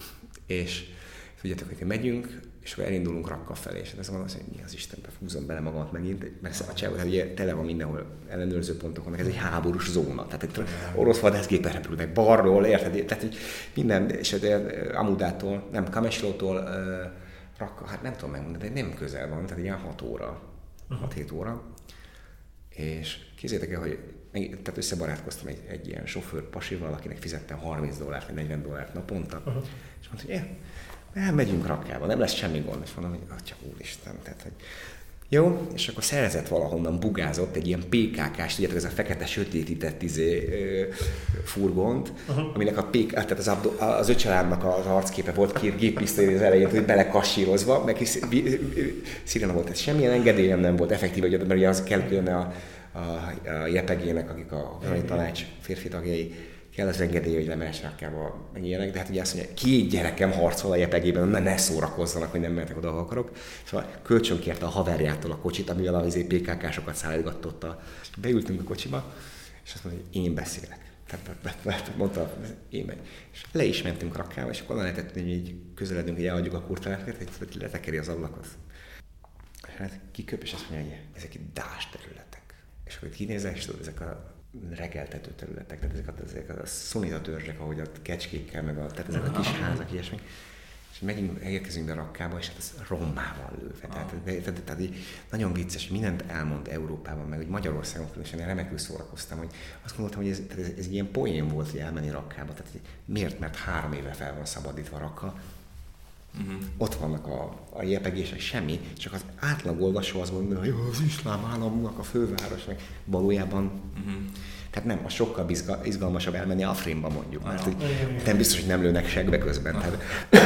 és tudjátok, hogy megyünk, és akkor elindulunk Rakka felé, és ez van az, hogy mi az Istenbe húzom bele magamat megint, mert a csávó, hát ugye tele van mindenhol ellenőrző pontokon, ez egy háborús zóna, tehát egy orosz vadászgépen repülnek balról, érted? Tehát hogy minden, és Amudától, nem, Kameslótól Rakka, hát nem tudom megmondani, de nem közel van, tehát ilyen hat óra, hat-hét óra, és képzeljétek el, hogy tehát összebarátkoztam egy, egy ilyen sofőr pasival, akinek fizettem harminc dollárt vagy negyven dollárt naponta, uh-huh. és mondta, hogy eh, elmegyünk Rakkába, nem lesz semmi gond. És mondom, hogy atya úristen, tehát, hogy jó, és akkor szerzett valahonnan, bugázott egy ilyen pé ká ká-s, tudjátok, ez a fekete sötétített izé, ö, furgont, uh-huh. aminek a pé ká, tehát az, abdo, az öcsalánnak az arcképe volt két géppisztoly az elején, hogy belekassírozva, meg is szirena volt, tehát semmilyen engedélyem nem volt effektív, mert ugye az kell külön a, a, a jepegének, akik a katonai tanács férfi tagjai, kell az engedély, hogy lemehes Rakkába meg ilyenek, de hát ugye azt mondja, két gyerekem harcol a jepegében, ne, ne szórakozzanak, hogy nem mehetek oda, ha akarok. Szóval kölcsönkérte a haverjától a kocsit, amivel a pé ká ká-sokat szállítgatta. Beültünk a kocsiba, és azt mondta, hogy én beszélek. Tehát mondta, én megy. És le is mentünk Rakkába, és akkor onnan lehetett, hogy így közeledünk, hogy elhagyjuk a kurtelepet, hogy letekeri az ablakot. És hát kiköp, és azt mondja, hogy ezek itt dás területek. És akkor kinézel, és tudod, ezek a regeltető területek, tehát ezek a, ezek a szunita törzsek, ahogy a kecskékkel, meg a, tehát ezek a kis házak, ilyesmi. És megint elérkezünk be Rakkába, és hát ez rommá van lőve. Tehát, tehát, tehát, tehát így nagyon vicces, mindent elmond Európában, meg hogy Magyarországon különösen remekül szórakoztam, hogy azt gondoltam, hogy ez, ez, ez egy ilyen poén volt, hogy elmenni Rakkába. Tehát miért? Mert három éve fel van szabadítva Rakka. Uh-huh. Ott vannak a, a jepegések, semmi, csak az átlag olvasó az mondja, hogy az iszlám államnak a főváros, meg valójában uh-huh. tehát nem, a sokkal izgalmasabb elmenni Afrinba mondjuk, mert hogy nem biztos, hogy nem lőnek segbe közben. Tehát,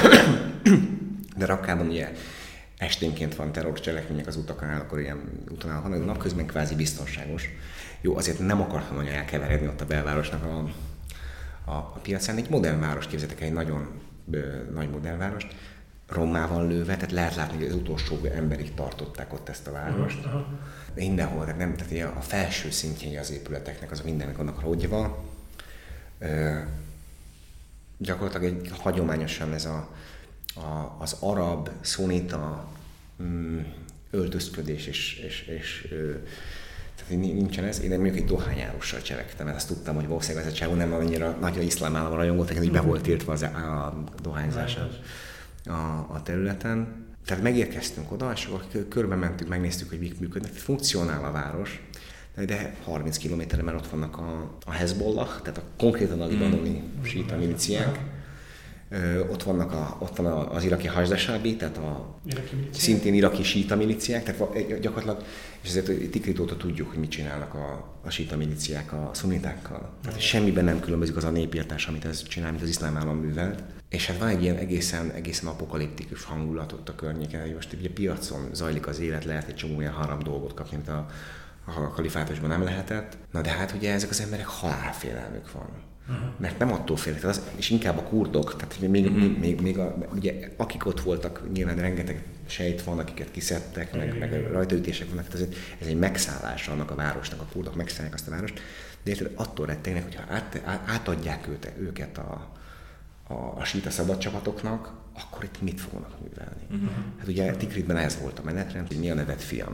de Rakkában ugye esténként van terrorcselekmények az utakon, akkor ilyen úton áll, hanem napközben kvázi biztonságos. Jó, azért nem akartam nagyon elkeveredni ott a belvárosnak a a, a piacán. Egy modern várost képzeltek, egy nagyon ö, nagy modern várost, rommá van lőve, tehát lehet látni, hogy az utolsó emberig tartották ott ezt a várost. Uh-huh. Mindenhol, tehát, nem, tehát a felső szintjei az épületeknek, azok mindennek vannak rogyva. Ö, gyakorlatilag egy hagyományosan ez a, a, az arab, szunita mm, öltözködés, és, és, és ö, tehát nincsen ez. Én mondjuk egy dohányárussal csevegtem, mert azt tudtam, hogy valószínűleg ez a csávó nem annyira nagy a iszlám államra rajongott, hogy be volt tiltva az, a dohányzás a, a területen. Tehát megérkeztünk oda, és akkor körbe mentünk, megnéztük, hogy mik működnek. Funkcionál a város, de harminc kilométerre már ott vannak a, a Hezbollah, tehát a konkrétan a libanoni síita milíciák. Ott, vannak a, ott van az iraki Hajdasábi, tehát a iraki szintén iraki síita milíciák, tehát gyakorlatilag, és ezért Tikrit óta tudjuk, hogy mit csinálnak a, a síita milíciák a szunitákkal. Tehát semmiben nem különbözik az a népírtás, amit ez csinál, mint az iszlám állam művelt. És hát van egy ilyen egészen, egészen apokaliptikus hangulat ott a környéken, hogy most ugye piacon zajlik az élet, lehet egy csomó olyan haram dolgot kapni, mint a, a kalifátusban nem lehetett. Na de hát ugye ezek az emberek halálfélelmük van. Uh-huh. Mert nem attól félnek, az, és inkább a kurdok, tehát még, uh-huh. még, még, még a, ugye, akik ott voltak, nyilván rengeteg sejt van, akiket kiszedtek, meg, meg rajtaütések vannak, tehát ez, ez egy megszállás annak a városnak, a kurdok megszállják azt a várost, de érted, attól rettegnek, hogyha át, átadják őt, őket a, a, a síta szabadcsapatoknak, akkor itt mit fognak művelni? Uh-huh. Hát ugye Tikritben ez volt a menetrend, hogy mi a neved, fiam?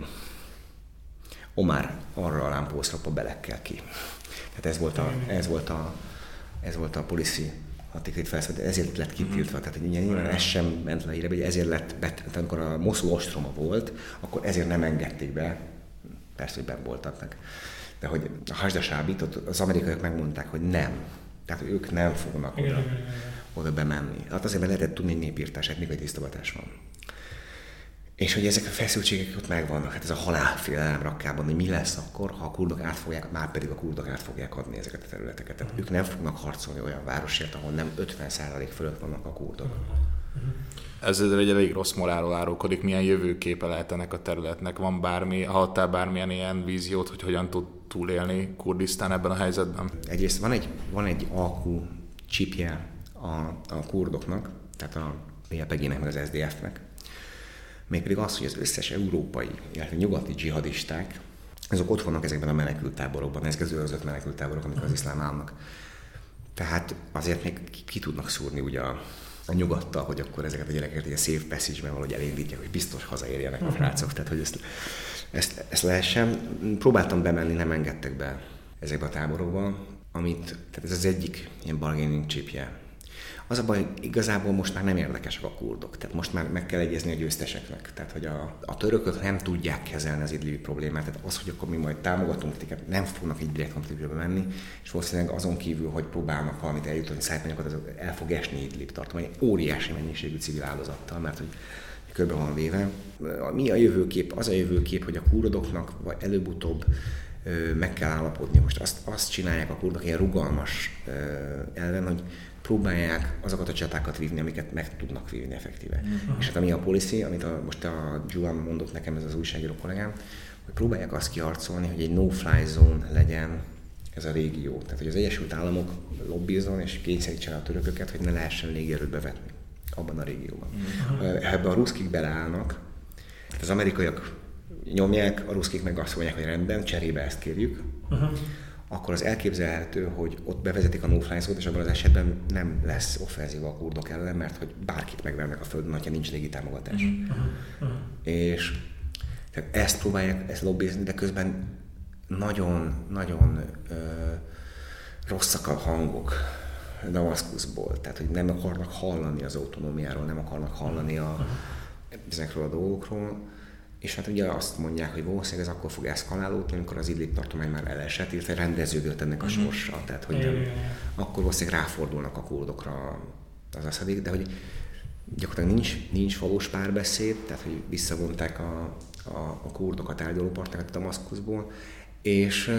Omar arra a lámpószrapa belekkel ki. Tehát ez volt a, ez volt a, ez volt a policy, a Tikrit felszabad, ezért lett kitiltva. Tehát nyilván ez sem ment le ide, hogy ezért lett, tehát amikor a Moszul ostroma volt, akkor ezért nem engedték be, persze, hogy benn voltak meg. De hogy a Hajdasábit, az amerikaiak megmondták, hogy nem. Tehát ők nem fognak oda, oda bemenni. Hát azért lehetett tudni, hogy népírtás, hát még egy tisztogatás van. És hogy ezek a feszültségek ott megvannak, hát ez a halálfélelem rakkában, hogy mi lesz akkor, ha a kurdok át fogják, már pedig a kurdok át fogják adni ezeket a területeket. Tehát ők nem fognak harcolni olyan városért, ahol nem ötven százalék fölött vannak a kurdok. Ezzel egy elég rossz morálról árulkodik, milyen jövőképe lehet ennek a területnek? Van bármi, hallottál bármilyen ilyen víziót, hogy hogyan tud túlélni Kurdisztán ebben a helyzetben? Egyrészt van egy, van egy alkú csipje a, a kurdoknak, tehát a bé el pé gé-nek meg az es dé ef-nek. Mégpedig az, hogy az összes európai, illetve nyugati dzsihadisták, azok ott vannak ezekben a menekülttáborokban, ezek az őrzött menekülttáborok, amik az iszlám államnak. Tehát azért még ki, ki tudnak szúrni ugye a, a nyugattal, hogy akkor ezeket a gyerekeket egy safe passage-ben valahogy elindítják, hogy biztos hazaérjenek a srácok, tehát hogy ezt, ezt, ezt lehessen. Próbáltam bemenni, nem engedtek be ezekbe a táborokba, amit, tehát ez az egyik ilyen bargaining chipje. Az a baj, igazából most már nem érdekesek a kurdok, tehát most már meg kell egyezni a győzteseknek. Tehát, hogy a, a törökök nem tudják kezelni az idlibi problémát, tehát az, hogy akkor mi majd támogatunk titeket, nem fognak egy direkt konfliktusba menni, és valószínűleg azon kívül, hogy próbálnak valamit eljutni szájtmányokat, az el fog esni Idlib tartomány, óriási mennyiségű civil áldozattal, mert hogy körbe van véve. Mi a jövőkép? Az a jövőkép, hogy a kurdoknak vagy előbb-utóbb meg kell állapodni. Most azt, azt csinálják a kurdok ilyen rugalmas elven, hogy próbálják azokat a csatákat vívni, amiket meg tudnak vívni effektíve. Uh-huh. És hát ami a policy, amit a, most a Juan mondott nekem, ez az újságíró kollégám, hogy próbálják azt kiharcolni, hogy egy no-fly zone legyen ez a régió. Tehát, hogy az Egyesült Államok lobbizon és kényszerítsen a törököket, hogy ne lehessen légierőt bevetni abban a régióban. Uh-huh. Ha ebben a ruszkik beleállnak, az amerikaiak nyomják, a ruszkik meg azt mondják, hogy rendben, cserébe ezt kérjük, uh-huh. akkor az elképzelhető, hogy ott bevezetik a no-fly zone-t, és abban az esetben nem lesz offenzíva a kurdok ellen, mert hogy bárkit megvernek a földön, ha nincs légi támogatás. Uh-huh. Uh-huh. És tehát ezt próbálják, ezt lobbizni, de közben nagyon-nagyon ö, rosszak a hangok Damaszkuszból, tehát hogy nem akarnak hallani az autonómiáról, nem akarnak hallani a, ezekről a dolgokról. És hát ugye azt mondják, hogy valószínűleg ez akkor fog eszkalálódni, amikor az Idlib tartomány már elesett, illetve rendeződött ennek a sorsa. Tehát, hogy nem, akkor valószínűleg ráfordulnak a kurdokra az aszadik, de hogy gyakorlatilag nincs, nincs valós párbeszéd, tehát hogy visszavonták a, a, a kurdok a tárgyalópartnert Damaszkuszból, és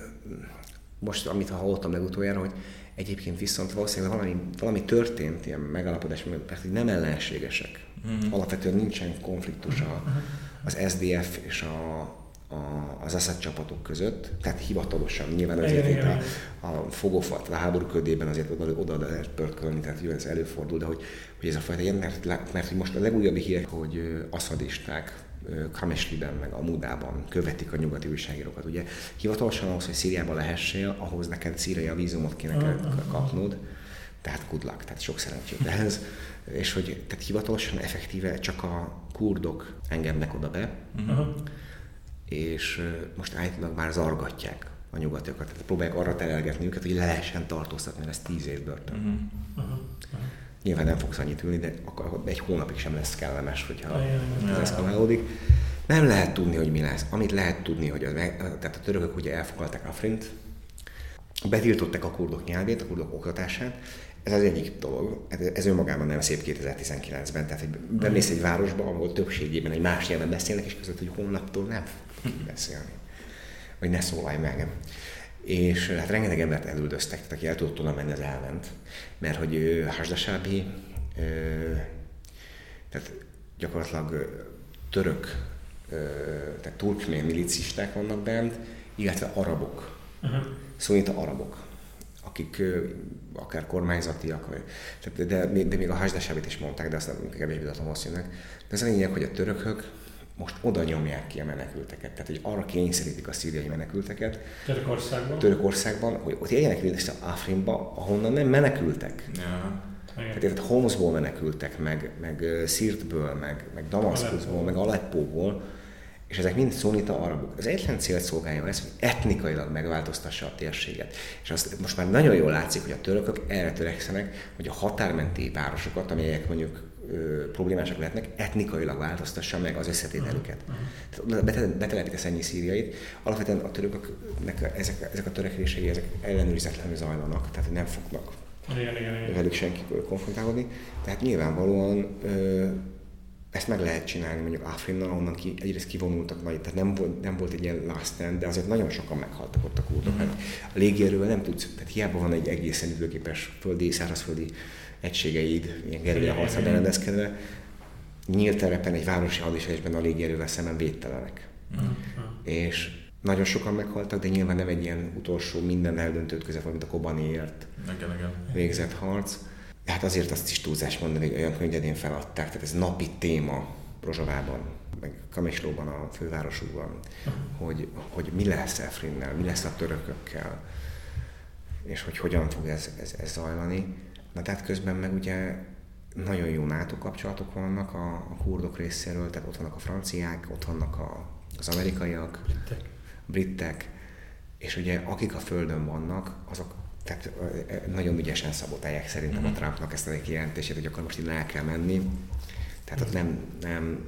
most, amit hallottam legutoljára, hogy egyébként viszont valószínűleg valami, valami történt, ilyen megállapodás, mert nem ellenségesek. Mm. Alapvetően nincsen konfliktus a, az es dé ef és a, a, az Assad csapatok között, tehát hivatalosan nyilván azért a, a fogófat, a háború ködében azért oda, oda lehet pörkölni, tehát ez előfordul, de hogy, hogy ez a fajta ilyen, mert, mert most a legújabbi hírek, hogy asszadisták Kamesliben, meg Amudában követik a nyugati újságírókat. Ugye hivatalosan ahhoz, hogy Szíriában lehessél, ahhoz neked szíriai vízumot kéne uh-huh. kapnod, tehát good luck, tehát sok szerencsét ehhez. És hogy tehát hivatalosan effektíve csak a kurdok engednek oda be, uh-huh. és most állítólag már zargatják a nyugatiakat, tehát próbálják arra terelgetni őket, hogy le lehessen tartóztatni, mert ez tíz év börtön. Uh-huh. Uh-huh. Nyilván nem fogsz annyit ülni, de akkor egy hónapig sem lesz kellemes, hogyha ez eszkalálódik. Nem lehet tudni, hogy mi lesz. Amit lehet tudni, hogy az, tehát a törökök ugye elfoglalták Afrint, betiltották a kurdok nyelvét, a kurdok oktatását. Ez az egyik dolog. Ez önmagában nem szép kétezer-tizenkilencben. Tehát, hogy bemész egy városba, ahol többségében egy más nyelven beszélnek, és között, hogy holnaptól nem fogok beszélni. Vagy ne szólalj meg. És hát rengeteg embert elüldöztek, tehát aki el tudott volna menni, az elment. Mert hogy Hasdasábi, tehát gyakorlatilag török, tehát turkmén milicisták vannak bent, illetve arabok, uh-huh. szunita arabok, akik akár kormányzatiak, vagy, de, de, de még a Hasdasábit is mondták, de azt nem kevésbé tartom valószínűleg. De az a lényeg, hogy a törökök most oda nyomják ki a menekülteket, tehát hogy arra kényszerítik a szíriai menekülteket. Törökországban? Törökországban, hogy ott éljenek vissza Afrinba, ahonnan nem menekültek. Ja. Tehát, tehát Homszból menekültek, meg, meg Szirtből, meg, meg Damaszkuszból, meg Aleppóból, és ezek mind szunita arabok. Az egyetlen célt szolgálja ez, hogy etnikailag megváltoztassa a térséget. És azt most már nagyon jól látszik, hogy a törökök erre törekszenek, hogy a határmenti városokat, amelyek mondjuk ö, problémásak lehetnek, etnikailag változtassa meg az összetételüket. Uh-huh. Tehát betelepítesz ennyi szíriait. Alapvetően a törököknek ezek, ezek a törekvései ezek ellenőrizetlenül zajlanak, tehát nem fognak igen, igen, igen. velük senki konfrontálódni. Tehát nyilvánvalóan ö, ezt meg lehet csinálni mondjuk Afrinnal, ahonnan ki, egyrészt kivonultak nagy, tehát nem volt, nem volt egy ilyen last stand, de azért nagyon sokan meghaltak ott a kurdok. Mm-hmm. Hát a légierővel nem tudsz, tehát hiába van egy egészen időképes földi, szárazföldi egységeid, ilyen gerilla-harcra berendezkedve, nyílt terepen egy városi hadviselésben a légierővel szemben védtelenek. Mm-hmm. És nagyon sokan meghaltak, de nyilván nem egy ilyen utolsó minden eldöntőt között, mint a Kobaniért végzett harc. Hát azért azt is túlzás mondani, hogy olyan könnyedén feladták, tehát ez napi téma Rozsavában, meg Kameslóban, a fővárosukban, uh-huh. hogy, hogy mi lesz Afrinnel, mi lesz a törökökkel, és hogy hogyan fog ez, ez, ez zajlani. Na tehát közben meg ugye nagyon jó NATO kapcsolatok vannak a, a kurdok részéről, tehát ott vannak a franciák, ott vannak a, az amerikaiak, britek. britek, és ugye akik a földön vannak, azok tehát nagyon ügyesen szabotálják szerintem a Trumpnak ezt a kijelentését, hogy akkor most innen el kell menni. Tehát ott nem, nem,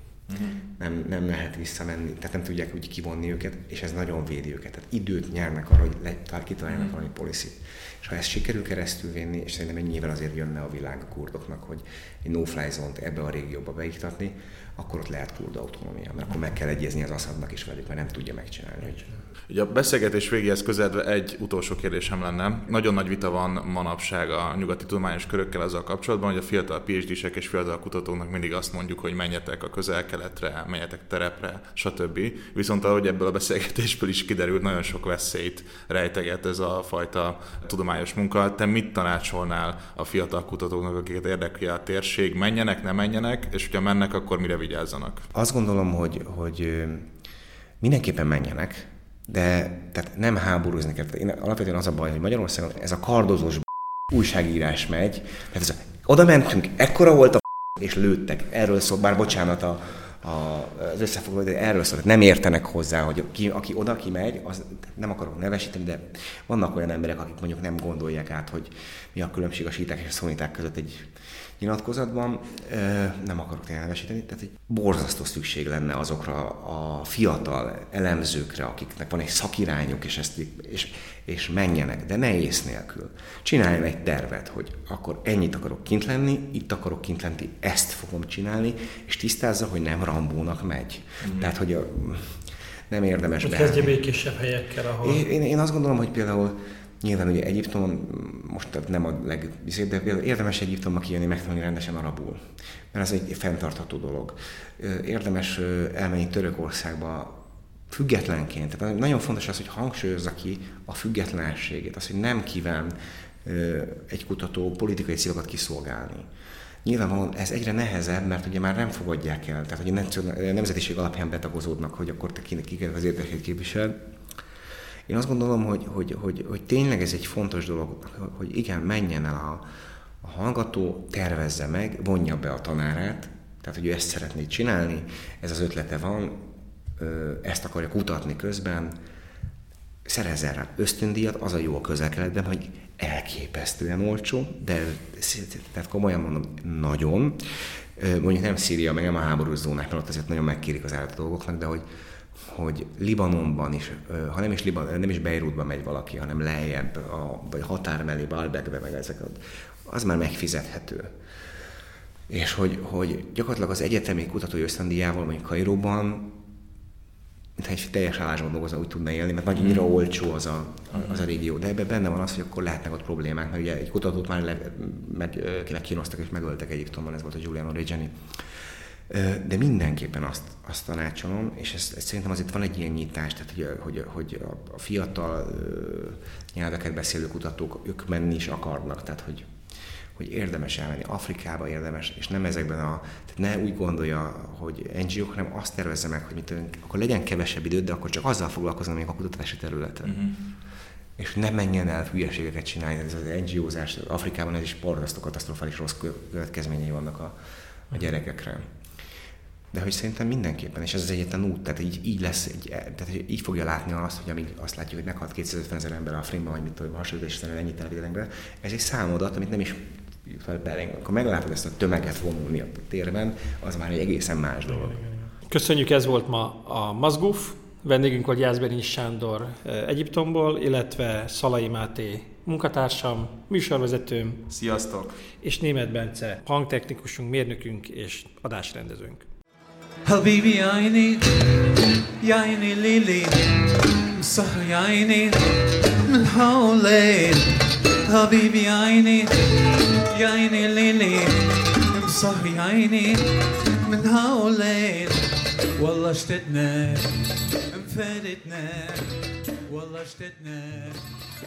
nem, nem lehet visszamenni, tehát nem tudják úgy kivonni őket, és ez nagyon védi őket. Tehát időt nyernek arra, hogy le, kitaláljanak valami policy. És ha ezt sikerül keresztül vinni, és szerintem ennyivel azért jönne a világ a kurdoknak, hogy egy no-fly zone-t ebbe a régióba beiktatni, akkor ott lehet kurd autonómia, mert akkor meg kell egyezni az Assadnak is velük, mert nem tudja megcsinálni. Ugye a beszélgetés végéhez közeledve egy utolsó kérdésem lenne. Nagyon nagy vita van manapság a nyugati tudományos körökkel azzal kapcsolatban, hogy a fiatal PhD-sek és fiatal kutatóknak mindig azt mondjuk, hogy menjetek a közel-keletre, menjetek terepre, stb. Viszont ahogy ebből a beszélgetésből is kiderült, nagyon sok veszélyt rejteget ez a fajta tudományos munka. Te mit tanácsolnál a fiatal kutatóknak, akiket érdekli a térség? Menjenek, ne menjenek, és hogyha mennek, akkor mire vigyázzanak? Azt gondolom, hogy, hogy mindenképpen menjenek, de tehát nem háborúzni kell. Én alapvetően az a baj, hogy Magyarországon ez a kardozós újságírás megy, tehát ez a, oda mentünk, ekkora volt a és lőttek. Erről szól, bár bocsánat a, a, az összefoglaló, de erről szól, nem értenek hozzá, hogy ki, aki oda kimegy, az nem akarok nevesíteni, de vannak olyan emberek, akik mondjuk nem gondolják át, hogy mi a különbség a síták és a szuniták között egy nyilatkozatban, nem akarok tényleg nevesíteni, tehát egy borzasztó szükség lenne azokra a fiatal elemzőkre, akiknek van egy szakirányuk, és, ezt, és, és menjenek, de ne ész nélkül. Csináljon egy tervet, hogy akkor ennyit akarok kint lenni, itt akarok kint lenni, ezt fogom csinálni, és tisztázza, hogy nem Rambónak megy. Mm. Tehát, hogy a, nem érdemes beállni. Kezdje békésebb helyekkel, ahol... Én, én azt gondolom, hogy például nyilván ugye Egyiptomon, most nem a leg... de érdemes Egyiptomba kijönni, megtanulni rendesen arabul, mert ez egy fenntartható dolog. Érdemes elmenni Törökországba, függetlenként. Tehát nagyon fontos az, hogy hangsúlyozza ki a függetlenségét, az, hogy nem kíván ö, egy kutató politikai célokat kiszolgálni. Nyilvánvalóan ez egyre nehezebb, mert ugye már nem fogadják el, tehát hogy a nemzetiség alapján betagozódnak, hogy akkor te kiket az érdekét képvisel. Én azt gondolom, hogy, hogy, hogy, hogy tényleg ez egy fontos dolog, hogy igen, menjen el a, a hallgató, tervezze meg, vonja be a tanárát, tehát hogy ő ezt szeretné csinálni, ez az ötlete van, ezt akarja kutatni közben, szerezzen rá ösztöndíjat, az a jó a közel-keletben, hogy elképesztően olcsó, de tehát komolyan mondom, nagyon. Mondjuk nem Szíria, meg nem a háborús zónák, mert ott azért nagyon megkérik az állat a dolgoknak, de hogy, hogy Libanonban is, ha nem is, Liban, nem is Beirutban megy valaki, hanem lejjebb, a, vagy határ mellé, Baalbekbe, meg ezek, az már megfizethető. És hogy, hogy gyakorlatilag az egyetemi kutatói ösztöndíjával, mondjuk Kairóban, mintha egy teljes állásban dolgozva úgy tudna élni, mert annyira mm. olcsó az a, az a régió. De ebben benne van az, hogy akkor lehetnek ott problémák, mert ugye egy kutatót már le, meg, meg kínoztak és megöltek Egyiptomban, ez volt a Giuliano Regeni. De mindenképpen azt, azt tanácsolom, és ez, ez szerintem azért van egy ilyen nyitás, tehát hogy, hogy, hogy a fiatal nyelveket beszélő kutatók, ők menni is akarnak, tehát hogy hogy érdemes elmenni, Afrikába érdemes, és nem ezekben a... Tehát ne úgy gondolja, hogy en gé ó, hanem azt tervezze meg, hogy mit tőlünk, akkor legyen kevesebb időt, de akkor csak azzal foglalkozni, amik a kutatási területen. Uh-huh. És ne menjen el hülyeségeket csinálni, ez az en gé ó-zás, Afrikában ez is borzasztó katasztrofális rossz következményei vannak a, a gyerekekre. De hogy szerintem mindenképpen, és ez az egyetlen út, tehát így, így lesz, így, tehát így fogja látni azt, hogy amíg azt látjuk, hogy meghalt kétszázötven ezer ember Afrinban, vagy mit tudom, hasonlításszerűen ennyit elvédelengbe, ez egy számadat, amit nem is jut fel belénk. Akkor meglátod ezt a tömeget vonulni a térben, az már egy egészen más dolog. Köszönjük, ez volt ma a Mazguf. Vendégünk volt Jászberényi Sándor Egyiptomból, illetve Szalai Máté munkatársam, műsorvezetőm. Sziasztok! És Németh Bence, hangtechnikusunk, mérnökünk és adásrendezőnk. حبيبي يا عيني يا عيني ليلي مسهر يا عيني من حولين حبيبي يا عيني يا عيني ليلي مسهر يا عيني من حولين والله اشتقنا انفردنا والله اشتقنا